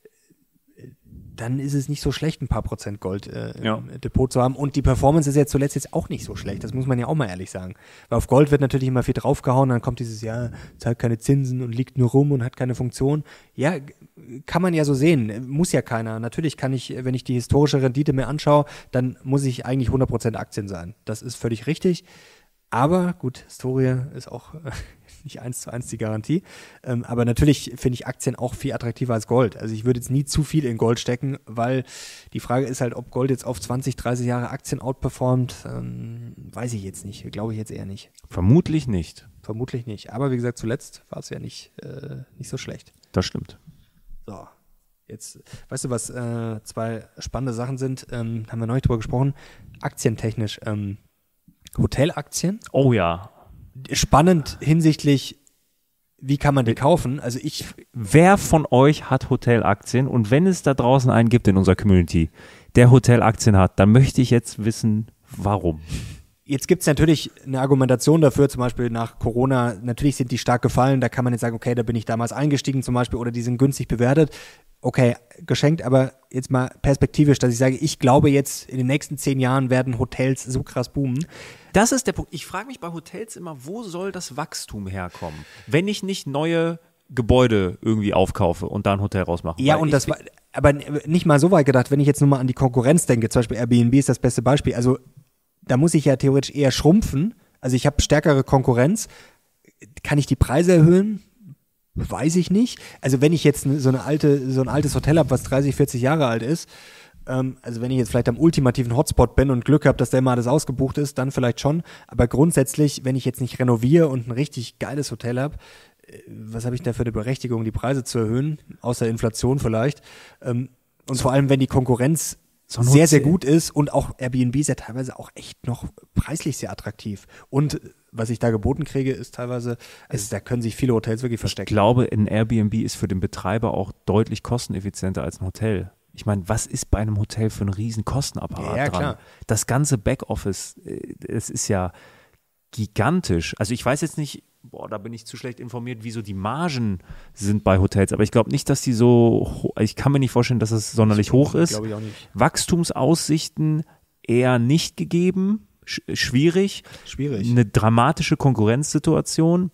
Dann ist es nicht so schlecht, ein paar Prozent Gold äh, im ja. Depot zu haben. Und die Performance ist jetzt zuletzt jetzt auch nicht so schlecht. Das muss man ja auch mal ehrlich sagen. Weil auf Gold wird natürlich immer viel draufgehauen, dann kommt dieses, ja, zahlt keine Zinsen und liegt nur rum und hat keine Funktion. Ja, kann man ja so sehen. Muss ja keiner. Natürlich kann ich, wenn ich die historische Rendite mir anschaue, dann muss ich eigentlich hundert Prozent Aktien sein. Das ist völlig richtig. Aber gut, Historie ist auch äh, nicht eins zu eins die Garantie. Ähm, aber natürlich finde ich Aktien auch viel attraktiver als Gold. Also ich würde jetzt nie zu viel in Gold stecken, weil die Frage ist halt, ob Gold jetzt auf zwanzig, dreißig Jahre Aktien outperformt, ähm, weiß ich jetzt nicht. Glaube ich jetzt eher nicht. Vermutlich nicht. Vermutlich nicht. Aber wie gesagt, zuletzt war es ja nicht, äh, nicht so schlecht. Das stimmt. So, jetzt, weißt du, was äh, zwei spannende Sachen sind? Ähm, haben wir neulich drüber gesprochen. Aktientechnisch, ähm, Hotelaktien. Oh ja. Spannend hinsichtlich, wie kann man die kaufen? Also ich. Wer von euch hat Hotelaktien? Und wenn es da draußen einen gibt in unserer Community, der Hotelaktien hat, dann möchte ich jetzt wissen, warum. Jetzt gibt es natürlich eine Argumentation dafür, zum Beispiel nach Corona, natürlich sind die stark gefallen, da kann man jetzt sagen, okay, da bin ich damals eingestiegen zum Beispiel oder die sind günstig bewertet. Okay, geschenkt, aber jetzt mal perspektivisch, dass ich sage, ich glaube jetzt in den nächsten zehn Jahren werden Hotels so krass boomen. Das ist der Punkt. Ich frage mich bei Hotels immer, wo soll das Wachstum herkommen, wenn ich nicht neue Gebäude irgendwie aufkaufe und da ein Hotel rausmache? Ja, und das war, aber nicht mal so weit gedacht, wenn ich jetzt nur mal an die Konkurrenz denke, zum Beispiel Airbnb ist das beste Beispiel, also da muss ich ja theoretisch eher schrumpfen, also ich habe stärkere Konkurrenz, kann ich die Preise erhöhen? Weiß ich nicht. Also wenn ich jetzt so eine alte, so ein altes Hotel habe, was dreißig, vierzig Jahre alt ist, ähm, also wenn ich jetzt vielleicht am ultimativen Hotspot bin und Glück habe, dass der mal alles ausgebucht ist, dann vielleicht schon. Aber grundsätzlich, wenn ich jetzt nicht renoviere und ein richtig geiles Hotel habe, äh, was habe ich da für eine Berechtigung, die Preise zu erhöhen? Außer Inflation vielleicht. Ähm, und so, vor allem, wenn die Konkurrenz so sehr, sehr gut ist und auch Airbnb ist ja teilweise auch echt noch preislich sehr attraktiv. Und was ich da geboten kriege, ist teilweise, also da können sich viele Hotels wirklich verstecken. Ich glaube, ein Airbnb ist für den Betreiber auch deutlich kosteneffizienter als ein Hotel. Ich meine, was ist bei einem Hotel für ein riesen Kostenapparat ja, dran? Klar. Das ganze Backoffice, es ist ja gigantisch. Also ich weiß jetzt nicht, boah, da bin ich zu schlecht informiert, wie so die Margen sind bei Hotels, aber ich glaube nicht, dass die so, ich kann mir nicht vorstellen, dass es sonderlich hoch ist. Glaube ich auch nicht. Wachstumsaussichten eher nicht gegeben. Schwierig. Schwierig. Eine dramatische Konkurrenzsituation.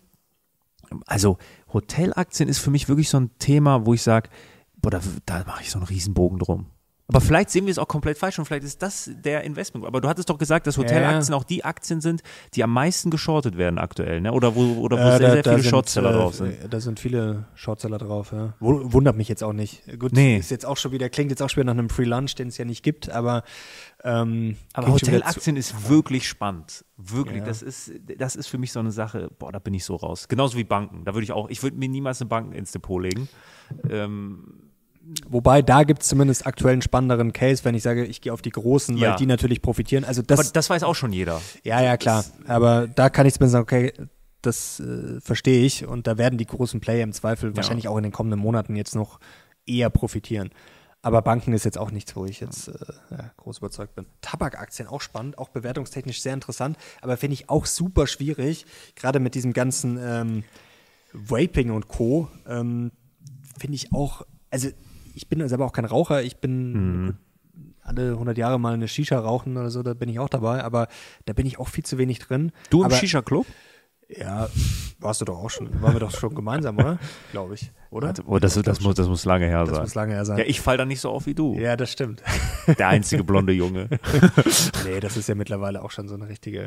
Also Hotelaktien ist für mich wirklich so ein Thema, wo ich sage, boah, da, da mache ich so einen Riesenbogen drum. Aber vielleicht sehen wir es auch komplett falsch und vielleicht ist das der Investment. Aber du hattest doch gesagt, dass Hotelaktien ja. auch die Aktien sind, die am meisten geschortet werden aktuell, ne? Oder wo, oder wo äh, sehr, da, sehr viele sind, Shortseller äh, drauf sind. Da sind viele Shortseller drauf, ja. Wundert mich jetzt auch nicht. Gut, nee. Ist jetzt auch schon wieder, klingt jetzt auch schon wieder nach einem Free Lunch, den es ja nicht gibt, aber ähm, Aber Hotelaktien ist wirklich spannend. Wirklich, ja. das ist das ist für mich so eine Sache, boah, da bin ich so raus. Genauso wie Banken. Da würde ich auch, ich würde mir niemals eine Bank ins Depot legen. Ähm, Wobei, da gibt es zumindest aktuell einen spannenderen Case, wenn ich sage, ich gehe auf die Großen, ja. weil die natürlich profitieren. Also das, Aber das weiß auch schon jeder. Ja, ja, klar. Das, aber da kann ich zumindest sagen, okay, das äh, verstehe ich. Und da werden die großen Player im Zweifel ja. wahrscheinlich auch in den kommenden Monaten jetzt noch eher profitieren. Aber Banken ist jetzt auch nichts, wo ich jetzt äh, ja, groß überzeugt bin. Tabakaktien auch spannend, auch bewertungstechnisch sehr interessant, aber finde ich auch super schwierig, gerade mit diesem ganzen ähm, Vaping und Co. Ähm, finde ich auch, also ich bin selber auch kein Raucher, ich bin mhm. alle hundert Jahre mal eine Shisha rauchen oder so, da bin ich auch dabei, aber da bin ich auch viel zu wenig drin. Du im aber, Shisha-Club? Ja, warst du doch auch schon, waren wir doch schon gemeinsam, oder? Glaube ich, oder? Oh, das, das, das, muss, das muss lange her das sein. Das muss lange her sein. Ja, ich fall da nicht so auf wie du. Ja, das stimmt. Der einzige blonde Junge. Nee, das ist ja mittlerweile auch schon so eine richtige,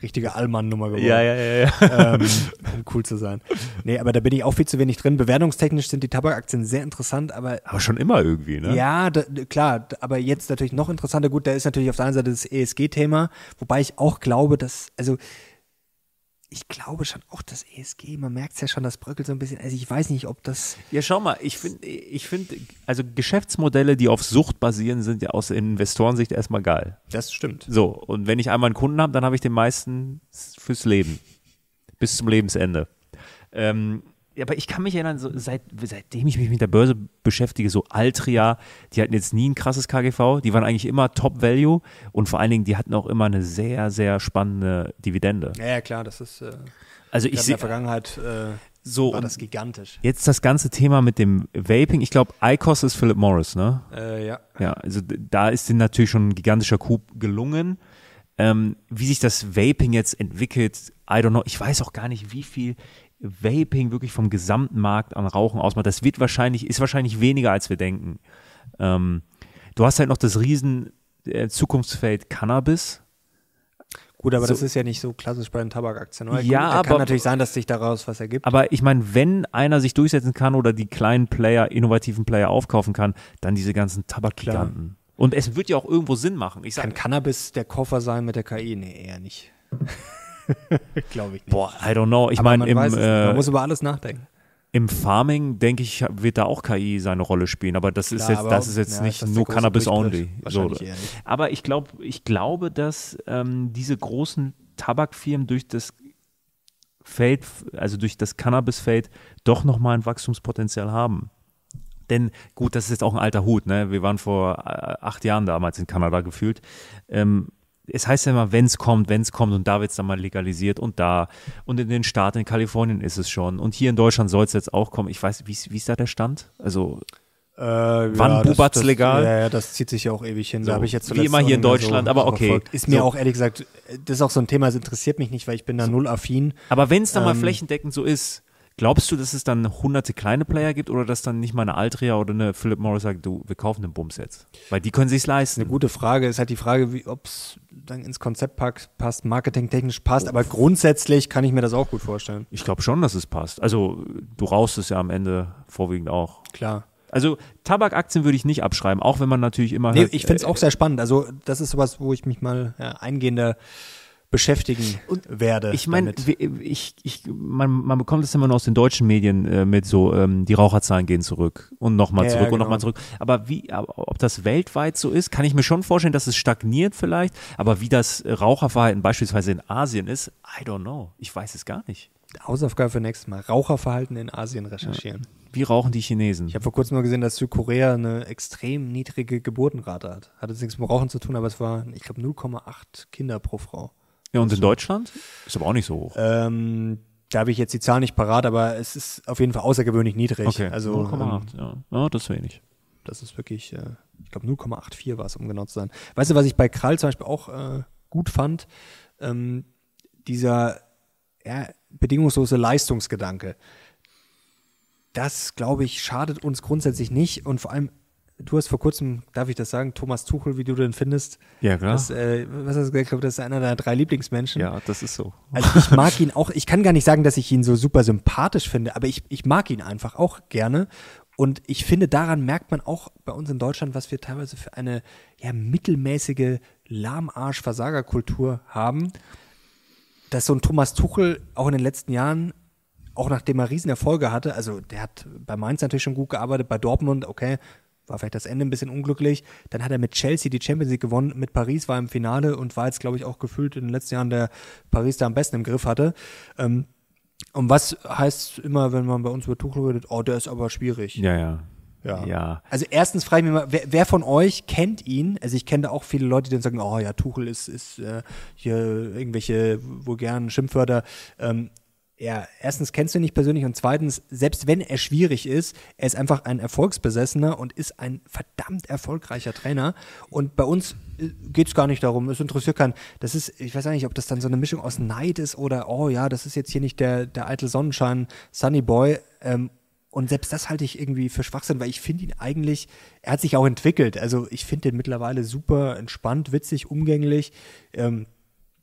richtige Allmann-Nummer geworden. Ja, ja, ja, ja. ähm, um cool zu sein. Nee, aber da bin ich auch viel zu wenig drin. Bewertungstechnisch sind die Tabakaktien sehr interessant, aber Aber schon immer irgendwie, ne? ja, da, klar, aber jetzt natürlich noch interessanter. Gut, da ist natürlich auf der einen Seite das E S G-Thema, wobei ich auch glaube, dass, also ich glaube schon auch das E S G, man merkt es ja schon, das bröckelt so ein bisschen. Also ich weiß nicht, ob das. Ja, schau mal, ich finde, ich finde, also Geschäftsmodelle, die auf Sucht basieren, sind ja aus Investorensicht erstmal geil. Das stimmt. So, und wenn ich einmal einen Kunden habe, dann habe ich den meisten fürs Leben. Bis zum Lebensende. Ähm, ja, aber ich kann mich erinnern, so seit, seitdem ich mich mit der Börse beschäftige, so Altria, die hatten jetzt nie ein krasses K G V, die waren eigentlich immer Top Value und vor allen Dingen, die hatten auch immer eine sehr, sehr spannende Dividende. Ja, ja klar, das ist, äh, also ich in sehe der Vergangenheit äh, so war das gigantisch. Jetzt das ganze Thema mit dem Vaping, ich glaube, I C O S ist Philip Morris, ne? Äh, ja. Ja, also da ist denen natürlich schon ein gigantischer Coup gelungen. Ähm, wie sich das Vaping jetzt entwickelt, I don't know, ich weiß auch gar nicht, wie viel Vaping wirklich vom gesamten Markt an Rauchen ausmacht. Das wird wahrscheinlich, ist wahrscheinlich weniger, als wir denken. Ähm, du hast halt noch das riesen äh, Zukunftsfeld Cannabis. Gut, aber So- das ist ja nicht so klassisch bei den Tabakaktien. Oder? Ja, Gut, da aber- kann natürlich sein, dass sich daraus was ergibt. Aber ich meine, wenn einer sich durchsetzen kann oder die kleinen Player, innovativen Player aufkaufen kann, dann diese ganzen Tabakgiganten. Und es wird ja auch irgendwo Sinn machen. Ich sag, Kann Cannabis der Koffer sein mit der K I? Nee, eher nicht. Glaube ich nicht. boah, I don't know. Ich Aber meine, man im, weiß es nicht. Man äh, muss über alles nachdenken. im Farming, denke ich, wird da auch K I seine Rolle spielen. Aber das ist Klar, jetzt, aber das ist jetzt ja, nicht ist das der nur große Cannabis Durchbruch? only. So. Wahrscheinlich eher nicht. Aber ich glaube, ich glaube, dass ähm, diese großen Tabakfirmen durch das Feld, also durch das Cannabisfeld, doch nochmal ein Wachstumspotenzial haben. Denn gut, das ist jetzt auch ein alter Hut, ne? Wir waren vor äh, acht Jahren damals in Kanada gefühlt. Ähm, es heißt ja immer, wenn es kommt, wenn es kommt und da wird es dann mal legalisiert und da und in den Staaten, in Kalifornien ist es schon und hier in Deutschland soll es jetzt auch kommen. Ich weiß, wie, ist- wie ist da der Stand? Also Äh, Wann ja, das- bubert's das- legal? Ja, ja, das zieht sich ja auch ewig hin. So, Da habe ich jetzt wie zuletzt immer auch hier in nicht mehr Deutschland, so, aber so okay. verfolgt. Ist mir So. auch ehrlich gesagt, das ist auch so ein Thema, das interessiert mich nicht, weil ich bin da null affin. Aber wenn es dann mal Ähm, flächendeckend so ist, glaubst du, dass es dann hunderte kleine Player gibt oder dass dann nicht mal eine Altria oder eine Philip Morris sagt, du, wir kaufen den Bums jetzt? Weil die können sich's leisten. Eine gute Frage ist halt die Frage, ob es dann ins Konzept pack- passt, marketingtechnisch passt, aber grundsätzlich kann ich mir das auch gut vorstellen. Ich glaube schon, dass es passt. Also du rauchst es ja am Ende vorwiegend auch. Klar. Also Tabakaktien würde ich nicht abschreiben, auch wenn man natürlich immer Nee, hört, ich finde es äh, auch sehr spannend. Also das ist sowas, wo ich mich mal ja, eingehender beschäftigen werde. Ich meine, damit. ich, ich, man, man bekommt es immer nur aus den deutschen Medien äh, mit so, ähm, die Raucherzahlen gehen zurück und nochmal Ja, zurück ja, und genau. nochmal zurück. Aber wie, aber ob das weltweit so ist, kann ich mir schon vorstellen, dass es stagniert vielleicht. Aber wie das äh, Raucherverhalten beispielsweise in Asien ist, I don't know. Ich weiß es gar nicht. Hausaufgabe für nächstes Mal. Raucherverhalten in Asien recherchieren. Wie rauchen die Chinesen? Ich habe vor kurzem mal gesehen, dass Südkorea eine extrem niedrige Geburtenrate hat. Hat jetzt nichts mit Rauchen zu tun, aber es war, ich glaube, null Komma acht Kinder pro Frau. Ja, und in Deutschland? Ist aber auch nicht so hoch. Ähm, da habe ich jetzt die Zahl nicht parat, aber es ist auf jeden Fall außergewöhnlich niedrig. Okay, Also null Komma ähm, acht, ja. Ja, das ist wenig. das ist wirklich, äh, ich glaube, null Komma vierundachtzig war es, um genau zu sein. Weißt du, was ich bei Krall zum Beispiel auch äh, gut fand? Ähm, dieser ja, bedingungslose Leistungsgedanke. Das, glaube ich, schadet uns grundsätzlich nicht und vor allem, du hast vor kurzem, darf ich das sagen, Thomas Tuchel, wie du den findest, Ja, klar. das, äh, was hast du gesagt? Ich glaube, das ist einer deiner drei Lieblingsmenschen. ja, das ist so. Also ich mag ihn auch, ich kann gar nicht sagen, dass ich ihn so super sympathisch finde, aber ich, ich mag ihn einfach auch gerne. Und ich finde, daran merkt man auch bei uns in Deutschland, was wir teilweise für eine ja, mittelmäßige Lahmarsch-Versagerkultur haben, dass so ein Thomas Tuchel auch in den letzten Jahren, auch nachdem er Riesenerfolge hatte, also der hat bei Mainz natürlich schon gut gearbeitet, bei Dortmund, okay, war vielleicht das Ende ein bisschen unglücklich. Dann hat er mit Chelsea die Champions League gewonnen, mit Paris war er im Finale und war jetzt, glaube ich, auch gefühlt in den letzten Jahren der Paris da am besten im Griff hatte. Ähm, und was heißt immer, wenn man bei uns über Tuchel redet, oh, der ist aber schwierig. Ja, ja. Ja. Ja. Also erstens frage ich mich mal, wer, wer von euch kennt ihn? Also ich kenne da auch viele Leute, die dann sagen, oh ja, Tuchel ist, ist äh, hier irgendwelche vulgären Schimpfwörter. Ähm, ja, erstens kennst du ihn nicht persönlich und zweitens, selbst wenn er schwierig ist, er ist einfach ein Erfolgsbesessener und ist ein verdammt erfolgreicher Trainer. Und bei uns geht es gar nicht darum, es interessiert keinen. Das ist, ich weiß auch nicht, ob das dann so eine Mischung aus Neid ist oder, oh ja, das ist jetzt hier nicht der, der eitel Sonnenschein, Sunny Boy. Ähm, und selbst das halte ich irgendwie für Schwachsinn, weil ich finde ihn eigentlich, er hat sich auch entwickelt. Also ich finde den mittlerweile super entspannt, witzig, umgänglich. Ähm,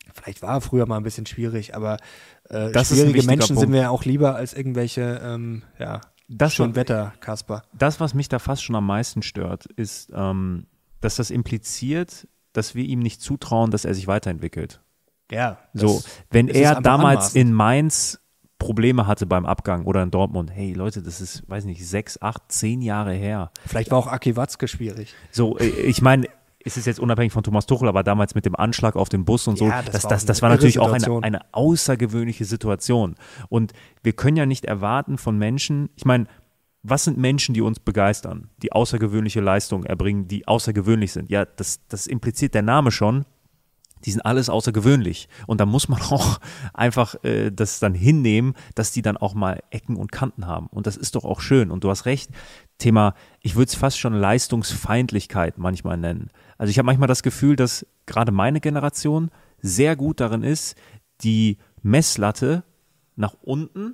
Vielleicht war er früher mal ein bisschen schwierig, aber äh, Das ist ein schwierige wichtiger Menschen Punkt. sind mir auch lieber als irgendwelche, ähm, ja, Das, schön Wetter, Kasper. das, was mich da fast schon am meisten stört, ist, ähm, dass das impliziert, dass wir ihm nicht zutrauen, dass er sich weiterentwickelt. Ja. So, wenn das ist er einfach damals anmaßend. in Mainz Probleme hatte beim Abgang oder in Dortmund, hey Leute, das ist, weiß nicht, sechs, acht, zehn Jahre her. Vielleicht war auch Aki Watzke schwierig. So, äh, ich meine, es ist jetzt unabhängig von Thomas Tuchel, aber damals mit dem Anschlag auf den Bus und so, Ja, das das, war das, auch das eine war natürlich irre auch eine, Situation. eine außergewöhnliche Situation. Und wir können ja nicht erwarten von Menschen, ich meine, was sind Menschen, die uns begeistern, die außergewöhnliche Leistungen erbringen, die außergewöhnlich sind? Ja, das, das impliziert der Name schon. Die sind alles außergewöhnlich. Und da muss man auch einfach äh, das dann hinnehmen, dass die dann auch mal Ecken und Kanten haben. Und das ist doch auch schön. Und du hast recht, Thema, ich würde es fast schon Leistungsfeindlichkeit manchmal nennen. Also ich habe manchmal das Gefühl, dass gerade meine Generation sehr gut darin ist, die Messlatte nach unten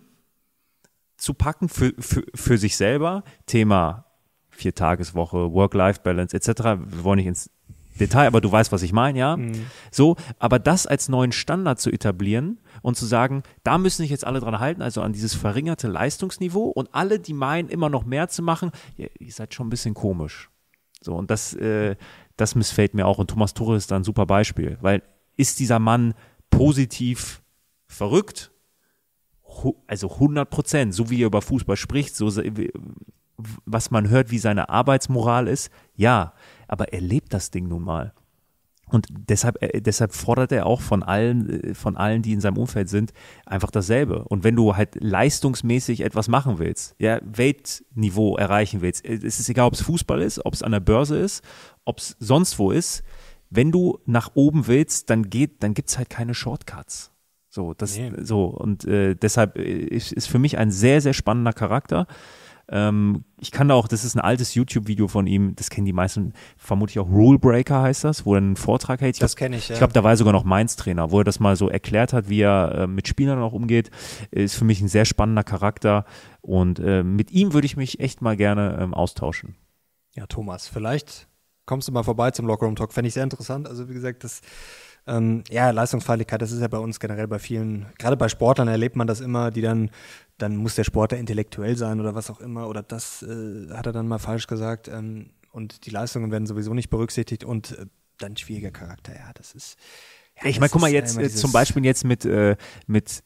zu packen für, für, für sich selber. Thema Viertageswoche, Work-Life-Balance et cetera. Wir wollen nicht ins Detail, aber du weißt, was ich meine, ja. Mhm. So, aber das als neuen Standard zu etablieren und zu sagen, da müssen sich jetzt alle dran halten, also an dieses verringerte Leistungsniveau und alle, die meinen, immer noch mehr zu machen, ja, ihr seid schon ein bisschen komisch. So, und das, äh, das missfällt mir auch. Und Thomas Tuchel ist da ein super Beispiel, weil ist dieser Mann positiv verrückt? Hu- Also hundert Prozent, so wie er über Fußball spricht, so se- was man hört, wie seine Arbeitsmoral ist, ja, aber er lebt das Ding nun mal. Und deshalb, äh, deshalb fordert er auch von allen, äh, von allen, die in seinem Umfeld sind, einfach dasselbe. Und wenn du halt leistungsmäßig etwas machen willst, ja, Weltniveau erreichen willst, äh, es ist egal, ob es Fußball ist, ob es an der Börse ist, ob es sonst wo ist, wenn du nach oben willst, dann geht, dann gibt's halt keine Shortcuts. So, das, Nee. so, und äh, deshalb ist, ist für mich ein sehr, sehr spannender Charakter. Ähm, ich kann da auch, das ist ein altes YouTube-Video von ihm, das kennen die meisten, vermutlich auch Rule Breaker heißt das, wo er einen Vortrag hält. Ich Das glaub- kenne ich, ja. Ich glaube, da war er sogar noch Mainz-Trainer, wo er das mal so erklärt hat, wie er äh, mit Spielern auch umgeht. Ist für mich ein sehr spannender Charakter und äh, mit ihm würde ich mich echt mal gerne ähm, austauschen. Ja, Thomas, vielleicht kommst du mal vorbei zum Lockerroom-Talk. Fände ich sehr interessant. Also wie gesagt, das ähm, ja, Leistungsfeindlichkeit, das ist ja bei uns generell bei vielen, gerade bei Sportlern erlebt man das immer, die dann, dann muss der Sportler intellektuell sein oder was auch immer oder das äh, hat er dann mal falsch gesagt ähm, und die Leistungen werden sowieso nicht berücksichtigt und äh, dann schwieriger Charakter, ja, das ist ja, Ich das meine, guck mal ist jetzt immer äh, dieses- zum Beispiel jetzt mit, äh, mit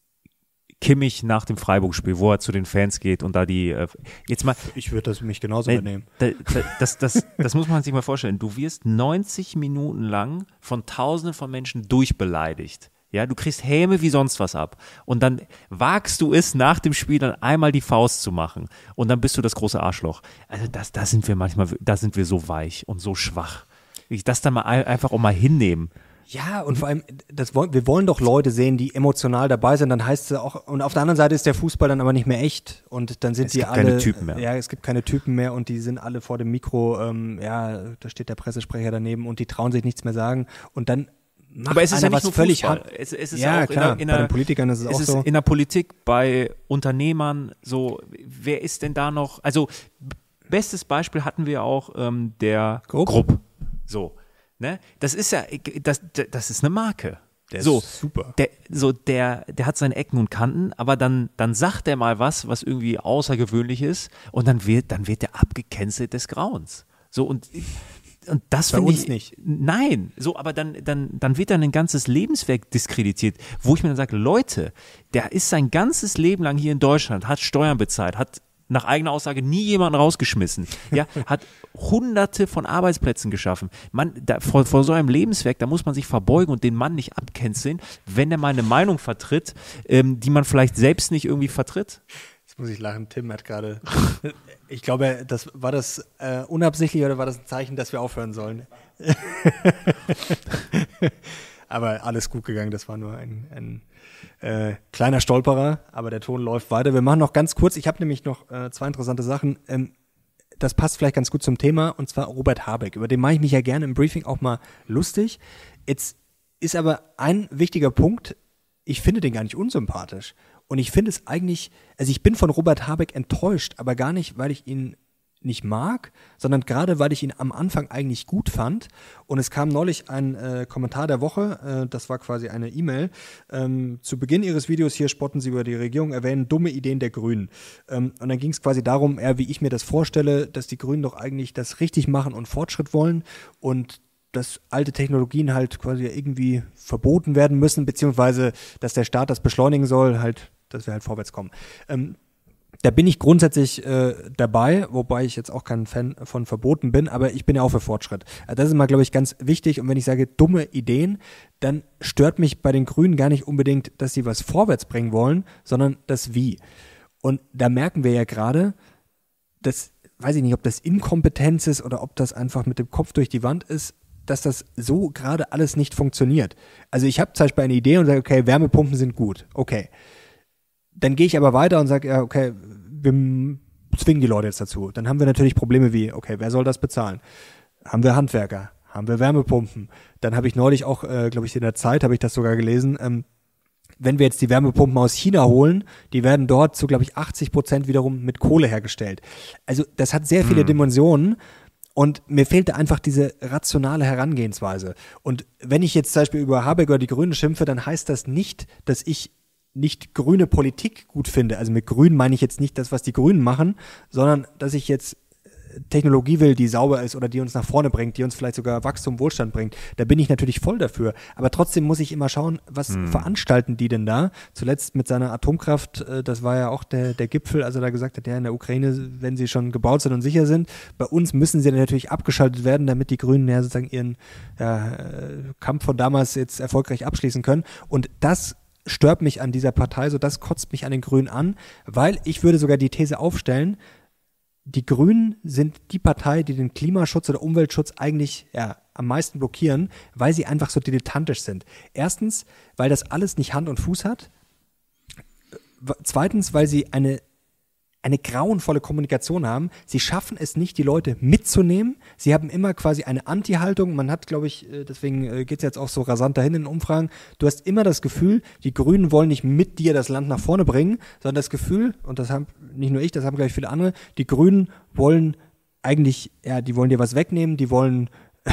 Kimmich nach dem Freiburg-Spiel, wo er zu den Fans geht und da die, äh, jetzt mal, Ich würde das mich genauso Nee, benehmen. da, da, das, das, das muss man sich mal vorstellen. Du wirst neunzig Minuten lang von Tausenden von Menschen durchbeleidigt. Ja, du kriegst Häme wie sonst was ab. Und dann wagst du es, nach dem Spiel dann einmal die Faust zu machen. Und dann bist du das große Arschloch. Also das, da sind wir manchmal, da sind wir so weich und so schwach. Ich das dann mal ein- einfach auch mal hinnehmen. Ja, und vor allem, das wollen, wir wollen doch Leute sehen, die emotional dabei sind, dann heißt es auch, und auf der anderen Seite ist der Fußball dann aber nicht mehr echt und dann sind Es die gibt alle. keine Typen mehr. Ja, es gibt keine Typen mehr und die sind alle vor dem Mikro, ähm, ja, da steht der Pressesprecher daneben und die trauen sich nichts mehr sagen und dann macht Aber es ist einer ja nicht was nur völlig Fußball. hart. Es, es ist Ja, auch klar, in der, in bei der, den Politikern ist es es auch ist so. in der Politik, bei Unternehmern so, wer ist denn da noch, also b- bestes Beispiel hatten wir auch ähm, der Grupp. Grupp. So, ne? Das ist ja, das, das ist eine Marke. Der ist so, super. Der, so der, der hat seine Ecken und Kanten, aber dann, dann sagt er mal was, was irgendwie außergewöhnlich ist und dann wird, dann wird der abgecancelt des Grauens. So und Und das Bei finde uns ich nicht. Nein, so, aber dann, dann, dann wird dann ein ganzes Lebenswerk diskreditiert, wo ich mir dann sage, Leute, der ist sein ganzes Leben lang hier in Deutschland, hat Steuern bezahlt, hat nach eigener Aussage nie jemanden rausgeschmissen, ja, hat hunderte von Arbeitsplätzen geschaffen. Man, da, vor, vor so einem Lebenswerk, da muss man sich verbeugen und den Mann nicht abcanceln, wenn er mal eine Meinung vertritt, ähm, die man vielleicht selbst nicht irgendwie vertritt. Jetzt muss ich lachen, Tim hat gerade, ich glaube, das war das äh, unabsichtlich oder war das ein Zeichen, dass wir aufhören sollen? Aber alles gut gegangen, das war nur ein, ein äh, kleiner Stolperer, aber der Ton läuft weiter. Wir machen noch ganz kurz, ich habe nämlich noch äh, zwei interessante Sachen, ähm, das passt vielleicht ganz gut zum Thema, und zwar Robert Habeck, über den mache ich mich ja gerne im Briefing auch mal lustig. Jetzt ist aber ein wichtiger Punkt, ich finde den gar nicht unsympathisch. Und ich finde es eigentlich, also ich bin von Robert Habeck enttäuscht, aber gar nicht, weil ich ihn nicht mag, sondern gerade, weil ich ihn am Anfang eigentlich gut fand. Und es kam neulich ein äh, Kommentar der Woche, äh, das war quasi eine E-Mail. Ähm, zu Beginn Ihres Videos hier spotten Sie über die Regierung, erwähnen dumme Ideen der Grünen. Ähm, und dann ging es quasi darum, eher wie ich mir das vorstelle, dass die Grünen doch eigentlich das richtig machen und Fortschritt wollen und dass alte Technologien halt quasi irgendwie verboten werden müssen, beziehungsweise, dass der Staat das beschleunigen soll, halt, dass wir halt vorwärts kommen. Ähm, Da bin ich grundsätzlich äh, dabei, wobei ich jetzt auch kein Fan von Verboten bin, aber ich bin ja auch für Fortschritt. Also das ist mal, glaube ich, ganz wichtig. Und wenn ich sage dumme Ideen, dann stört mich bei den Grünen gar nicht unbedingt, dass sie was vorwärts bringen wollen, sondern das Wie. Und da merken wir ja gerade, dass, weiß ich nicht, ob das Inkompetenz ist oder ob das einfach mit dem Kopf durch die Wand ist, dass das so gerade alles nicht funktioniert. Also ich habe zum Beispiel eine Idee und sage, okay, Wärmepumpen sind gut, okay. Dann gehe ich aber weiter und sage, ja, okay, wir zwingen die Leute jetzt dazu. Dann haben wir natürlich Probleme wie, okay, wer soll das bezahlen? Haben wir Handwerker? Haben wir Wärmepumpen? Dann habe ich neulich auch, äh, glaube ich, in der Zeit habe ich das sogar gelesen, ähm, wenn wir jetzt die Wärmepumpen aus China holen, die werden dort zu, glaube ich, achtzig Prozent wiederum mit Kohle hergestellt. Also das hat sehr viele hm. Dimensionen. Und mir fehlte einfach diese rationale Herangehensweise. Und wenn ich jetzt zum Beispiel über Habeck oder die Grünen schimpfe, dann heißt das nicht, dass ich nicht grüne Politik gut finde. Also mit Grün meine ich jetzt nicht das, was die Grünen machen, sondern dass ich jetzt Technologie will, die sauber ist oder die uns nach vorne bringt, die uns vielleicht sogar Wachstum, Wohlstand bringt. Da bin ich natürlich voll dafür. Aber trotzdem muss ich immer schauen, was hm. veranstalten die denn da? Zuletzt mit seiner Atomkraft, das war ja auch der, der Gipfel, als er da gesagt hat, ja, in der Ukraine, wenn sie schon gebaut sind und sicher sind, bei uns müssen sie dann natürlich abgeschaltet werden, damit die Grünen ja sozusagen ihren ja, Kampf von damals jetzt erfolgreich abschließen können. Und das stört mich an dieser Partei, so das kotzt mich an den Grünen an, weil ich würde sogar die These aufstellen, die Grünen sind die Partei, die den Klimaschutz oder Umweltschutz eigentlich ja, am meisten blockieren, weil sie einfach so dilettantisch sind. Erstens, weil das alles nicht Hand und Fuß hat. Zweitens, weil sie eine eine grauenvolle Kommunikation haben. Sie schaffen es nicht, die Leute mitzunehmen. Sie haben immer quasi eine Anti-Haltung. Man hat, glaube ich, deswegen geht es jetzt auch so rasant dahin in den Umfragen, du hast immer das Gefühl, die Grünen wollen nicht mit dir das Land nach vorne bringen, sondern das Gefühl, und das haben nicht nur ich, das haben, glaube ich, viele andere, die Grünen wollen eigentlich, ja, die wollen dir was wegnehmen, die wollen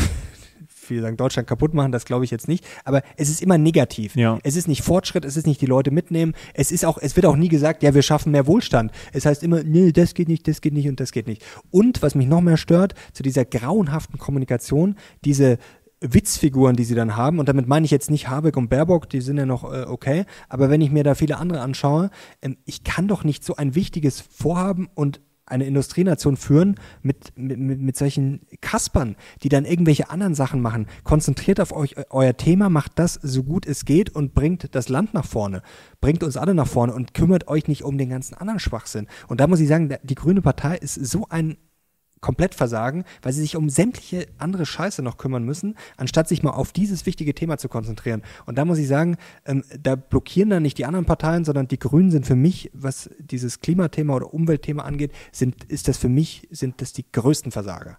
viele sagen, Deutschland kaputt machen, das glaube ich jetzt nicht, aber es ist immer negativ. Ja. Es ist nicht Fortschritt, es ist nicht die Leute mitnehmen, es ist auch, es wird auch nie gesagt, ja, wir schaffen mehr Wohlstand. Es heißt immer, nee, das geht nicht, das geht nicht und das geht nicht. Und was mich noch mehr stört, zu dieser grauenhaften Kommunikation, diese Witzfiguren, die sie dann haben, und damit meine ich jetzt nicht Habeck und Baerbock, die sind ja noch äh, okay, aber wenn ich mir da viele andere anschaue, ähm, ich kann doch nicht so ein wichtiges Vorhaben und eine Industrienation führen mit, mit, mit solchen Kaspern, die dann irgendwelche anderen Sachen machen. Konzentriert auf euch, euer Thema, macht das so gut es geht und bringt das Land nach vorne. Bringt uns alle nach vorne und kümmert euch nicht um den ganzen anderen Schwachsinn. Und da muss ich sagen, die Grüne Partei ist so ein Komplettversagen, weil sie sich um sämtliche andere Scheiße noch kümmern müssen, anstatt sich mal auf dieses wichtige Thema zu konzentrieren. Und da muss ich sagen, ähm, da blockieren dann nicht die anderen Parteien, sondern die Grünen sind für mich, was dieses Klimathema oder Umweltthema angeht, sind, ist das für mich, sind das die größten Versager.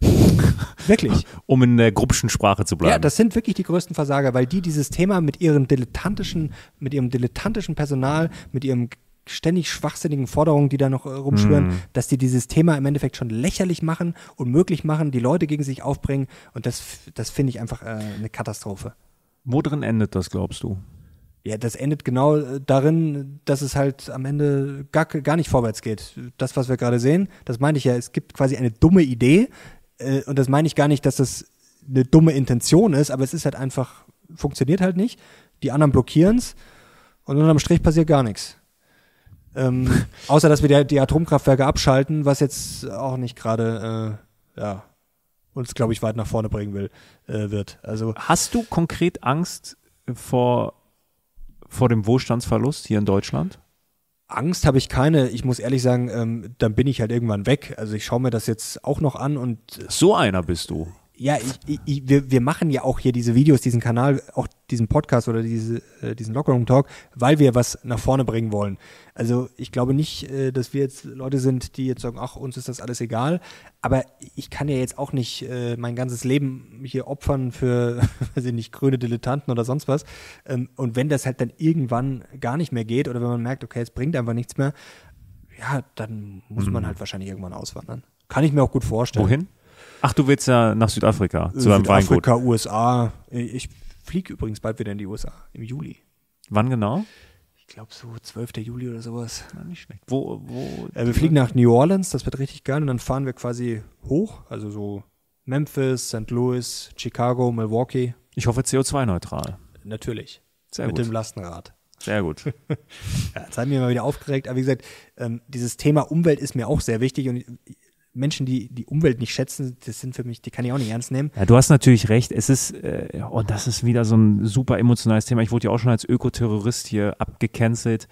Wirklich. Um in der Gruppschen Sprache zu bleiben. Ja, das sind wirklich die größten Versager, weil die dieses Thema mit ihren dilettantischen, mit ihrem dilettantischen Personal, mit ihrem ständig schwachsinnigen Forderungen, die da noch äh, rumschwören, mm. dass die dieses Thema im Endeffekt schon lächerlich machen, unmöglich machen, die Leute gegen sich aufbringen, und das, das finde ich einfach äh, eine Katastrophe. Wo drin endet das, glaubst du? Ja, das endet genau darin, dass es halt am Ende gar, gar nicht vorwärts geht. Das, was wir gerade sehen, das meine ich ja, es gibt quasi eine dumme Idee, äh, und das meine ich gar nicht, dass das eine dumme Intention ist, aber es ist halt einfach, funktioniert halt nicht, die anderen blockieren es und unterm Strich passiert gar nichts. Ähm, außer, dass wir die, die Atomkraftwerke abschalten, was jetzt auch nicht gerade, äh, ja, uns, glaube ich, weit nach vorne bringen will, äh, wird. Also, hast du konkret Angst vor, vor dem Wohlstandsverlust hier in Deutschland? Angst habe ich keine. Ich muss ehrlich sagen, ähm, dann bin ich halt irgendwann weg. Also ich schaue mir das jetzt auch noch an und so einer bist du. Ja, ich, ich, wir, wir machen ja auch hier diese Videos, diesen Kanal, auch diesen Podcast oder diese, äh, diesen Lockerroom-Talk, weil wir was nach vorne bringen wollen. Also ich glaube nicht, äh, dass wir jetzt Leute sind, die jetzt sagen, ach, uns ist das alles egal. Aber ich kann ja jetzt auch nicht äh, mein ganzes Leben hier opfern für, weiß ich nicht, grüne Dilettanten oder sonst was. Ähm, und wenn das halt dann irgendwann gar nicht mehr geht oder wenn man merkt, okay, es bringt einfach nichts mehr, ja, dann muss mhm. man halt wahrscheinlich irgendwann auswandern. Kann ich mir auch gut vorstellen. Wohin? Ach, du willst ja nach Südafrika, zu einem Weingut. Südafrika, U S A. Ich fliege übrigens bald wieder in die U S A, im Juli. Wann genau? Ich glaube so zwölften Juli oder sowas. Na, nicht schlecht. Wo, wo? Äh, wir fliegen nach New Orleans, das wird richtig geil. Und dann fahren wir quasi hoch, also so Memphis, Sankt Louis, Chicago, Milwaukee. Ich hoffe C O zwei neutral. Natürlich. Sehr mit gut. dem Lastenrad. Sehr gut. Ja, jetzt haben wir mal wieder aufgeregt. Aber wie gesagt, ähm, dieses Thema Umwelt ist mir auch sehr wichtig. Und Menschen, die die Umwelt nicht schätzen, das sind für mich, die kann ich auch nicht ernst nehmen. Ja, du hast natürlich recht. Es ist, äh, und das ist wieder so ein super emotionales Thema. Ich wurde ja auch schon als Ökoterrorist hier abgecancelt.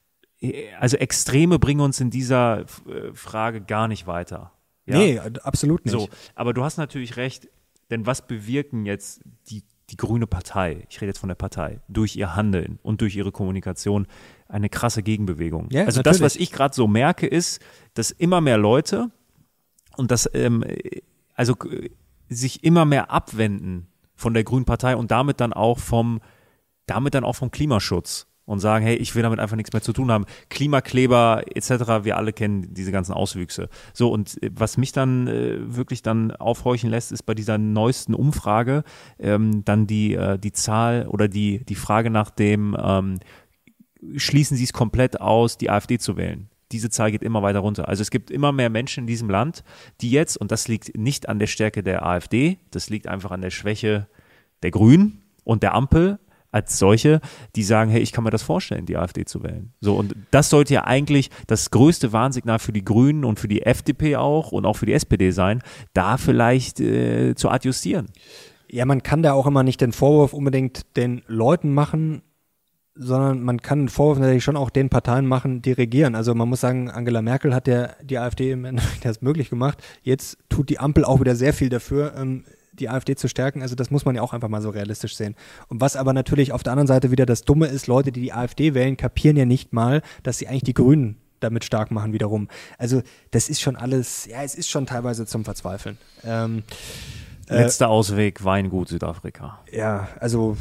Also Extreme bringen uns in dieser äh, Frage gar nicht weiter. Ja? Nee, absolut nicht. So, aber du hast natürlich recht, denn was bewirken jetzt die, die grüne Partei, ich rede jetzt von der Partei, durch ihr Handeln und durch ihre Kommunikation eine krasse Gegenbewegung. Ja, also natürlich. das, was ich gerade so merke, ist, dass immer mehr Leute und das, ähm, also äh, sich immer mehr abwenden von der grünen Partei und damit dann auch vom, damit dann auch vom Klimaschutz. Und sagen, hey, ich will damit einfach nichts mehr zu tun haben. Klimakleber et cetera, wir alle kennen diese ganzen Auswüchse. So, und äh, was mich dann äh, wirklich dann aufhorchen lässt, ist bei dieser neuesten Umfrage ähm, dann die, äh, die Zahl oder die, die Frage nach dem, ähm, schließen Sie es komplett aus, die AfD zu wählen? Diese Zahl geht immer weiter runter. Also es gibt immer mehr Menschen in diesem Land, die jetzt, und das liegt nicht an der Stärke der AfD, das liegt einfach an der Schwäche der Grünen und der Ampel, als solche, die sagen, hey, ich kann mir das vorstellen, die AfD zu wählen. So, und das sollte ja eigentlich das größte Warnsignal für die Grünen und für die F D P auch und auch für die S P D sein, da vielleicht äh, zu adjustieren. Ja, man kann da auch immer nicht den Vorwurf unbedingt den Leuten machen, sondern man kann den Vorwurf natürlich schon auch den Parteien machen, die regieren. Also man muss sagen, Angela Merkel hat ja die AfD im Endeffekt erst möglich gemacht. Jetzt tut die Ampel auch wieder sehr viel dafür, ähm, die AfD zu stärken. Also das muss man ja auch einfach mal so realistisch sehen. Und was aber natürlich auf der anderen Seite wieder das Dumme ist, Leute, die die AfD wählen, kapieren ja nicht mal, dass sie eigentlich die Grünen damit stark machen wiederum. Also das ist schon alles, ja, es ist schon teilweise zum Verzweifeln. Ähm, Letzter äh, Ausweg, Weingut Südafrika. Ja, also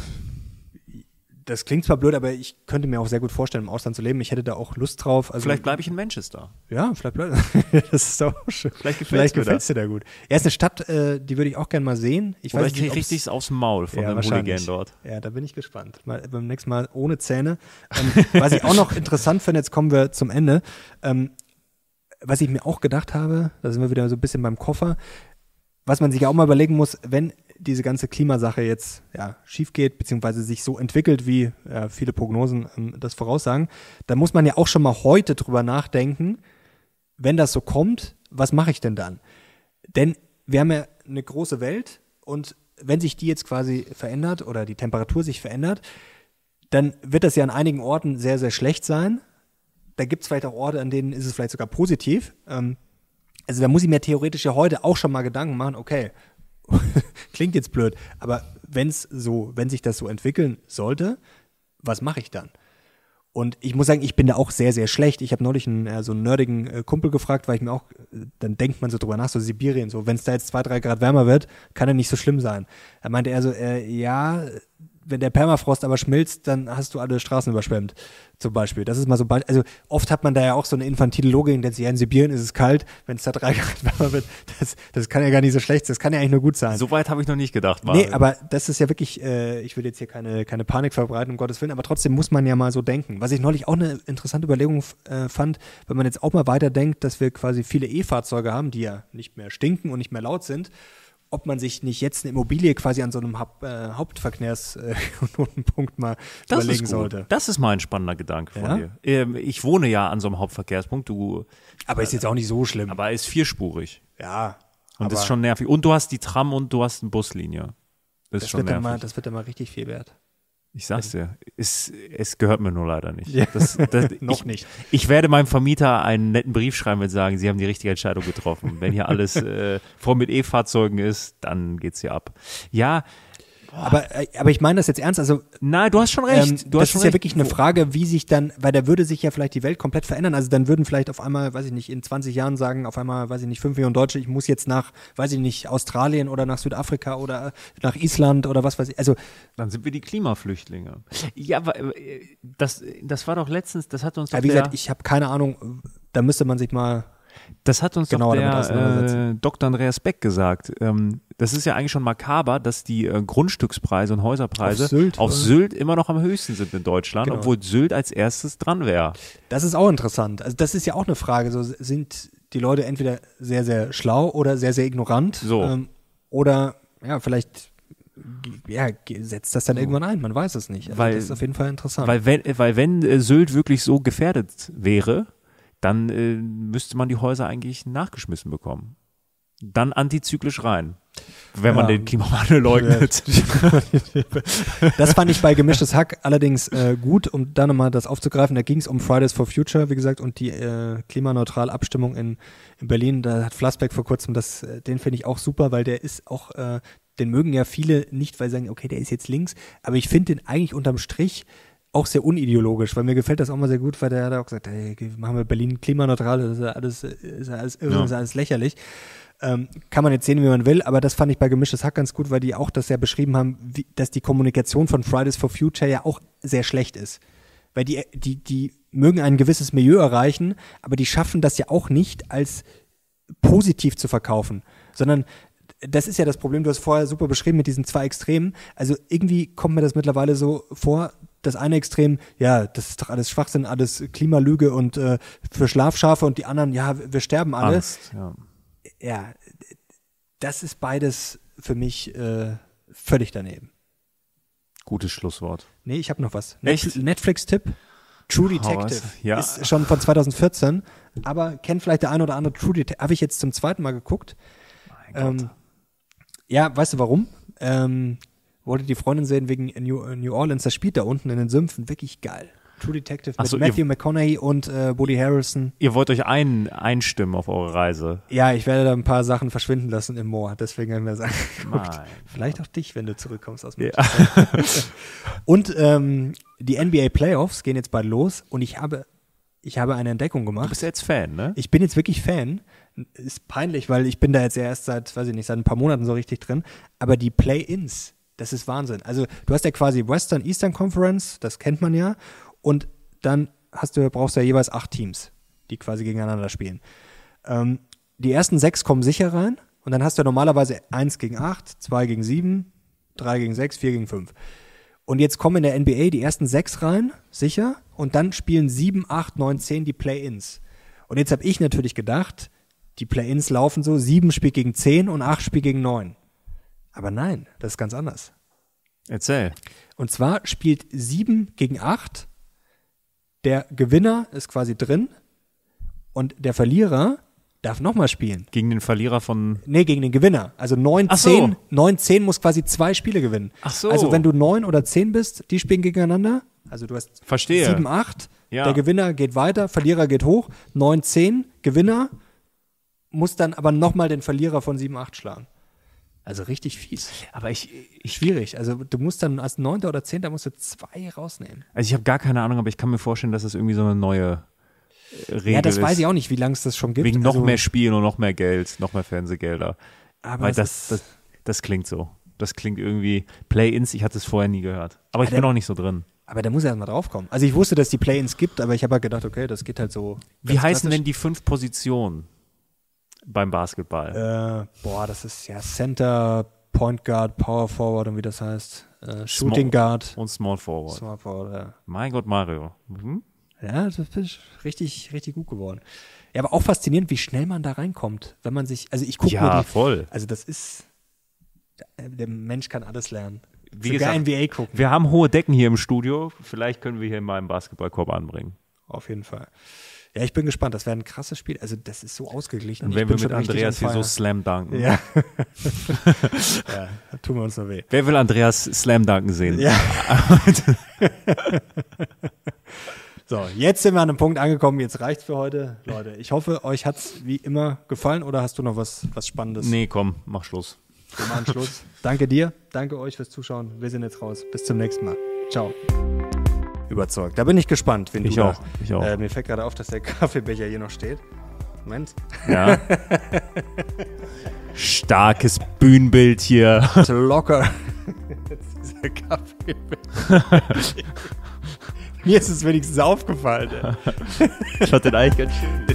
das klingt zwar blöd, aber ich könnte mir auch sehr gut vorstellen, im Ausland zu leben. Ich hätte da auch Lust drauf. Also, vielleicht bleibe ich in Manchester. Ja, vielleicht bleibe das ist auch schön. Vielleicht gefällt es dir da gut. Ja, ist eine Stadt, äh, die würde ich auch gerne mal sehen. Ich Oder weiß ich kriege nicht, richtig aus dem Maul von ja, dem Hooligan dort. Ja, da bin ich gespannt. Mal, beim nächsten Mal ohne Zähne. Ähm, was ich auch noch interessant finde, jetzt kommen wir zum Ende. Ähm, was ich mir auch gedacht habe, da sind wir wieder so ein bisschen beim Koffer, was man sich ja auch mal überlegen muss, wenn diese ganze Klimasache jetzt ja, schief geht, beziehungsweise sich so entwickelt, wie ja, viele Prognosen ähm, das voraussagen, dann muss man ja auch schon mal heute drüber nachdenken, wenn das so kommt, was mache ich denn dann? Denn wir haben ja eine große Welt und wenn sich die jetzt quasi verändert oder die Temperatur sich verändert, dann wird das ja an einigen Orten sehr, sehr schlecht sein. Da gibt es vielleicht auch Orte, an denen ist es vielleicht sogar positiv. Ähm, also da muss ich mir theoretisch ja heute auch schon mal Gedanken machen, okay, klingt jetzt blöd, aber wenn's so, wenn sich das so entwickeln sollte, was mache ich dann? Und ich muss sagen, ich bin da auch sehr, sehr schlecht. Ich habe neulich einen, äh, so einen nerdigen äh, Kumpel gefragt, weil ich mir auch, äh, dann denkt man so drüber nach, so Sibirien, so, wenn es da jetzt zwei, drei Grad wärmer wird, kann ja nicht so schlimm sein. Da meinte er so, äh, ja, wenn der Permafrost aber schmilzt, dann hast du alle Straßen überschwemmt, zum Beispiel. Das ist mal so, also oft hat man da ja auch so eine infantile Logik, denn ja, in Sibirien ist es kalt, wenn es da drei Grad wärmer wird, das, das kann ja gar nicht so schlecht sein, das kann ja eigentlich nur gut sein. So weit habe ich noch nicht gedacht. Marvin. Nee, aber das ist ja wirklich, äh, ich will jetzt hier keine, keine Panik verbreiten, um Gottes Willen, aber trotzdem muss man ja mal so denken. Was ich neulich auch eine interessante Überlegung äh, fand, wenn man jetzt auch mal weiter denkt, dass wir quasi viele E-Fahrzeuge haben, die ja nicht mehr stinken und nicht mehr laut sind, ob man sich nicht jetzt eine Immobilie quasi an so einem Haupt, äh, Hauptverkehrspunkt mal das überlegen ist sollte. Das ist mal ein spannender Gedanke von ja? dir. Ähm, ich wohne ja an so einem Hauptverkehrspunkt. Du, aber ist jetzt auch nicht so schlimm. Aber er ist vierspurig. Ja. Und das ist schon nervig. Und du hast die Tram und du hast eine Buslinie. Das, das ist schon wird nervig. Dann mal, das wird dann mal richtig viel wert. Ich sag's dir, es, es gehört mir nur leider nicht. Ja. Das, das, Noch ich, nicht. Ich werde meinem Vermieter einen netten Brief schreiben und sagen, sie haben die richtige Entscheidung getroffen. Wenn hier alles äh, voll mit E-Fahrzeugen ist, dann geht's hier ab. Ja. Aber, aber ich meine das jetzt ernst, also nein, du hast schon recht. Ähm, du das hast schon ist recht. ja wirklich eine Frage, wie sich dann, weil da würde sich ja vielleicht die Welt komplett verändern. Also dann würden vielleicht auf einmal, weiß ich nicht, in zwanzig Jahren sagen, auf einmal, weiß ich nicht, fünf Millionen Deutsche, ich muss jetzt nach, weiß ich nicht, Australien oder nach Südafrika oder nach Island oder was weiß ich. Also dann sind wir die Klimaflüchtlinge. Ja, aber das, das war doch letztens, das hat uns doch ja, wie der gesagt, ich habe keine Ahnung, da müsste man sich mal Das hat uns genauer doch damit der auseinandersetzen. äh, Doktor Andreas Beck gesagt. Ähm, das ist ja eigentlich schon makaber, dass die äh, Grundstückspreise und Häuserpreise Auf Sylt, auf oder? Sylt immer noch am höchsten sind in Deutschland, Genau. obwohl Sylt als erstes dran wäre. Das ist auch interessant. Also das ist ja auch eine Frage. So, sind die Leute entweder sehr, sehr schlau oder sehr, sehr ignorant? So. Ähm, oder ja, vielleicht ja, ge- setzt das dann irgendwann ein. Man weiß es nicht. Also Weil- das ist auf jeden Fall interessant. Weil wenn, weil wenn äh, Sylt wirklich so gefährdet wäre, dann äh, müsste man die Häuser eigentlich nachgeschmissen bekommen. Dann antizyklisch rein, wenn man Ja. den Klimawandel leugnet. Das fand ich bei Gemischtes Hack allerdings äh, gut, um da nochmal das aufzugreifen. Da ging es um Fridays for Future, wie gesagt, und die äh, klimaneutrale Abstimmung in, in Berlin. Da hat Flassbeck vor kurzem, das, äh, den finde ich auch super, weil der ist auch, äh, den mögen ja viele nicht, weil sie sagen, okay, der ist jetzt links, aber ich finde den eigentlich unterm Strich auch sehr unideologisch, weil mir gefällt das auch mal sehr gut, weil der hat auch gesagt, hey, machen wir Berlin klimaneutral, das ist ja alles, ist ja alles irre, Ja. das ist ja alles lächerlich. Ähm, kann man jetzt sehen, wie man will, aber das fand ich bei Gemischtes Hack ganz gut, weil die auch das ja beschrieben haben, wie, dass die Kommunikation von Fridays for Future ja auch sehr schlecht ist. Weil die, die, die mögen ein gewisses Milieu erreichen, aber die schaffen das ja auch nicht als positiv zu verkaufen, sondern das ist ja das Problem, du hast vorher super beschrieben mit diesen zwei Extremen. Also irgendwie kommt mir das mittlerweile so vor, das eine Extrem, ja, das ist doch alles Schwachsinn, alles Klimalüge und äh, für Schlafschafe und die anderen, ja, wir sterben alle. Angst, ja. Ja, das ist beides für mich äh, völlig daneben. Gutes Schlusswort. Nee, ich habe noch was. Echt? Netf- Netflix-Tipp. True Hau Detective raus. Ja. ist schon von zwanzig vierzehn, aber kennt vielleicht der ein oder andere True Detective. Habe ich jetzt zum zweiten Mal geguckt. Mein Gott. Ähm, ja, weißt du warum? Ähm, wollte die Freundin sehen wegen New, New Orleans, das spielt da unten in den Sümpfen, wirklich geil. True Detective Ach mit so, ihr- Matthew McConaughey und äh, Woody Harrelson. Ihr wollt euch ein, einstimmen auf eure Reise. Ja, ich werde da ein paar Sachen verschwinden lassen im Moor, deswegen haben wir das angeguckt. Mein Vielleicht auch dich, wenn du zurückkommst aus Ja. Manchester. Und ähm, die N B A Playoffs gehen jetzt bald los und ich habe, ich habe eine Entdeckung Du gemacht. bist ja jetzt Fan, ne? Ich bin jetzt wirklich Fan. Ist peinlich, weil ich bin da jetzt erst seit, weiß ich nicht, seit ein paar Monaten so richtig drin. Aber die Play-Ins, das ist Wahnsinn. Also du hast ja quasi Western, Eastern Conference, das kennt man ja. Und dann hast du, brauchst du ja jeweils acht Teams, die quasi gegeneinander spielen. Ähm, die ersten sechs kommen sicher rein. Und dann hast du ja normalerweise eins gegen acht, zwei gegen sieben, drei gegen sechs, vier gegen fünf. Und jetzt kommen in der N B A die ersten sechs rein, sicher. Und dann spielen sieben, acht, neun, zehn die Play-Ins. Und jetzt habe ich natürlich gedacht, die Play-Ins laufen so, sieben spielt gegen zehn und acht spielt gegen neun. Aber nein, das ist ganz anders. Erzähl. Und zwar spielt sieben gegen acht, der Gewinner ist quasi drin und der Verlierer darf nochmal spielen. Gegen den Verlierer von. Nee, gegen den Gewinner. Also neun, Ach so. zehn, neun, zehn muss quasi zwei Spiele gewinnen. Ach so. Also wenn du neun oder zehn bist, die spielen gegeneinander. Also du hast Verstehe. sieben, acht, Ja. der Gewinner geht weiter, Verlierer geht hoch, neun, zehn, Gewinner muss dann aber nochmal den Verlierer von sieben, acht schlagen. Also richtig fies. Aber ich, ich, Schwierig. Also du musst dann als Neunter oder Zehnter musst du zwei rausnehmen. also ich habe gar keine Ahnung, aber ich kann mir vorstellen, dass das irgendwie so eine neue äh, Regel Ja, das ist. weiß ich auch nicht, wie lange es das schon gibt. Wegen noch also, mehr Spielen und noch mehr Geld, noch mehr Fernsehgelder. aber Weil es das, ist- das, das klingt so. Das klingt irgendwie Play-Ins, ich hatte es vorher nie gehört. Aber ich Ja, bin der- auch nicht so drin. Aber da muss er erst mal draufkommen. Also ich wusste, dass die Play-Ins gibt, aber ich habe halt gedacht, okay, das geht halt so. Wie ganz heißen klassisch. denn die fünf Positionen beim Basketball? Äh, boah, das ist ja Center, Point Guard, Power Forward und wie das heißt. Äh, Shooting Small- Guard. Und Small Forward. Small Forward, ja. Mein Gott, Mario. Mhm. Ja, das ist richtig, richtig gut geworden. Ja, aber auch faszinierend, wie schnell man da reinkommt, wenn man sich, also ich gucke Ja, mir die, voll. also das ist, der Mensch kann alles lernen. Wie Sogar gesagt, N B A gucken. Wir haben hohe Decken hier im Studio. Vielleicht können wir hier mal einen Basketballkorb anbringen. Auf jeden Fall. Ja, ich bin gespannt. Das wäre ein krasses Spiel. Also das ist so ausgeglichen. Und Ich wenn bin wir mit schon richtig Andreas on hier so fire. Slam dunken. Ja. Ja, da tun wir uns nur weh. Wer will Andreas Slam dunken sehen? Ja. So, jetzt sind wir an einem Punkt angekommen. Jetzt reicht's für heute. Leute, ich hoffe, euch hat's wie immer gefallen oder hast du noch was, was Spannendes? Nee, komm, mach Schluss. Wir machen Schluss. Danke dir. Danke euch fürs Zuschauen. Wir sind jetzt raus. Bis zum nächsten Mal. Ciao. Überzeugt. Da bin ich gespannt, wen Ich du auch, da. ich auch. Äh, mir fällt gerade auf, dass der Kaffeebecher hier noch steht. Moment. Ja. Starkes Bühnenbild hier. Locker. Dieser Kaffeebecher. Mir ist es wenigstens aufgefallen. Ey. Ich fand den eigentlich ganz schön.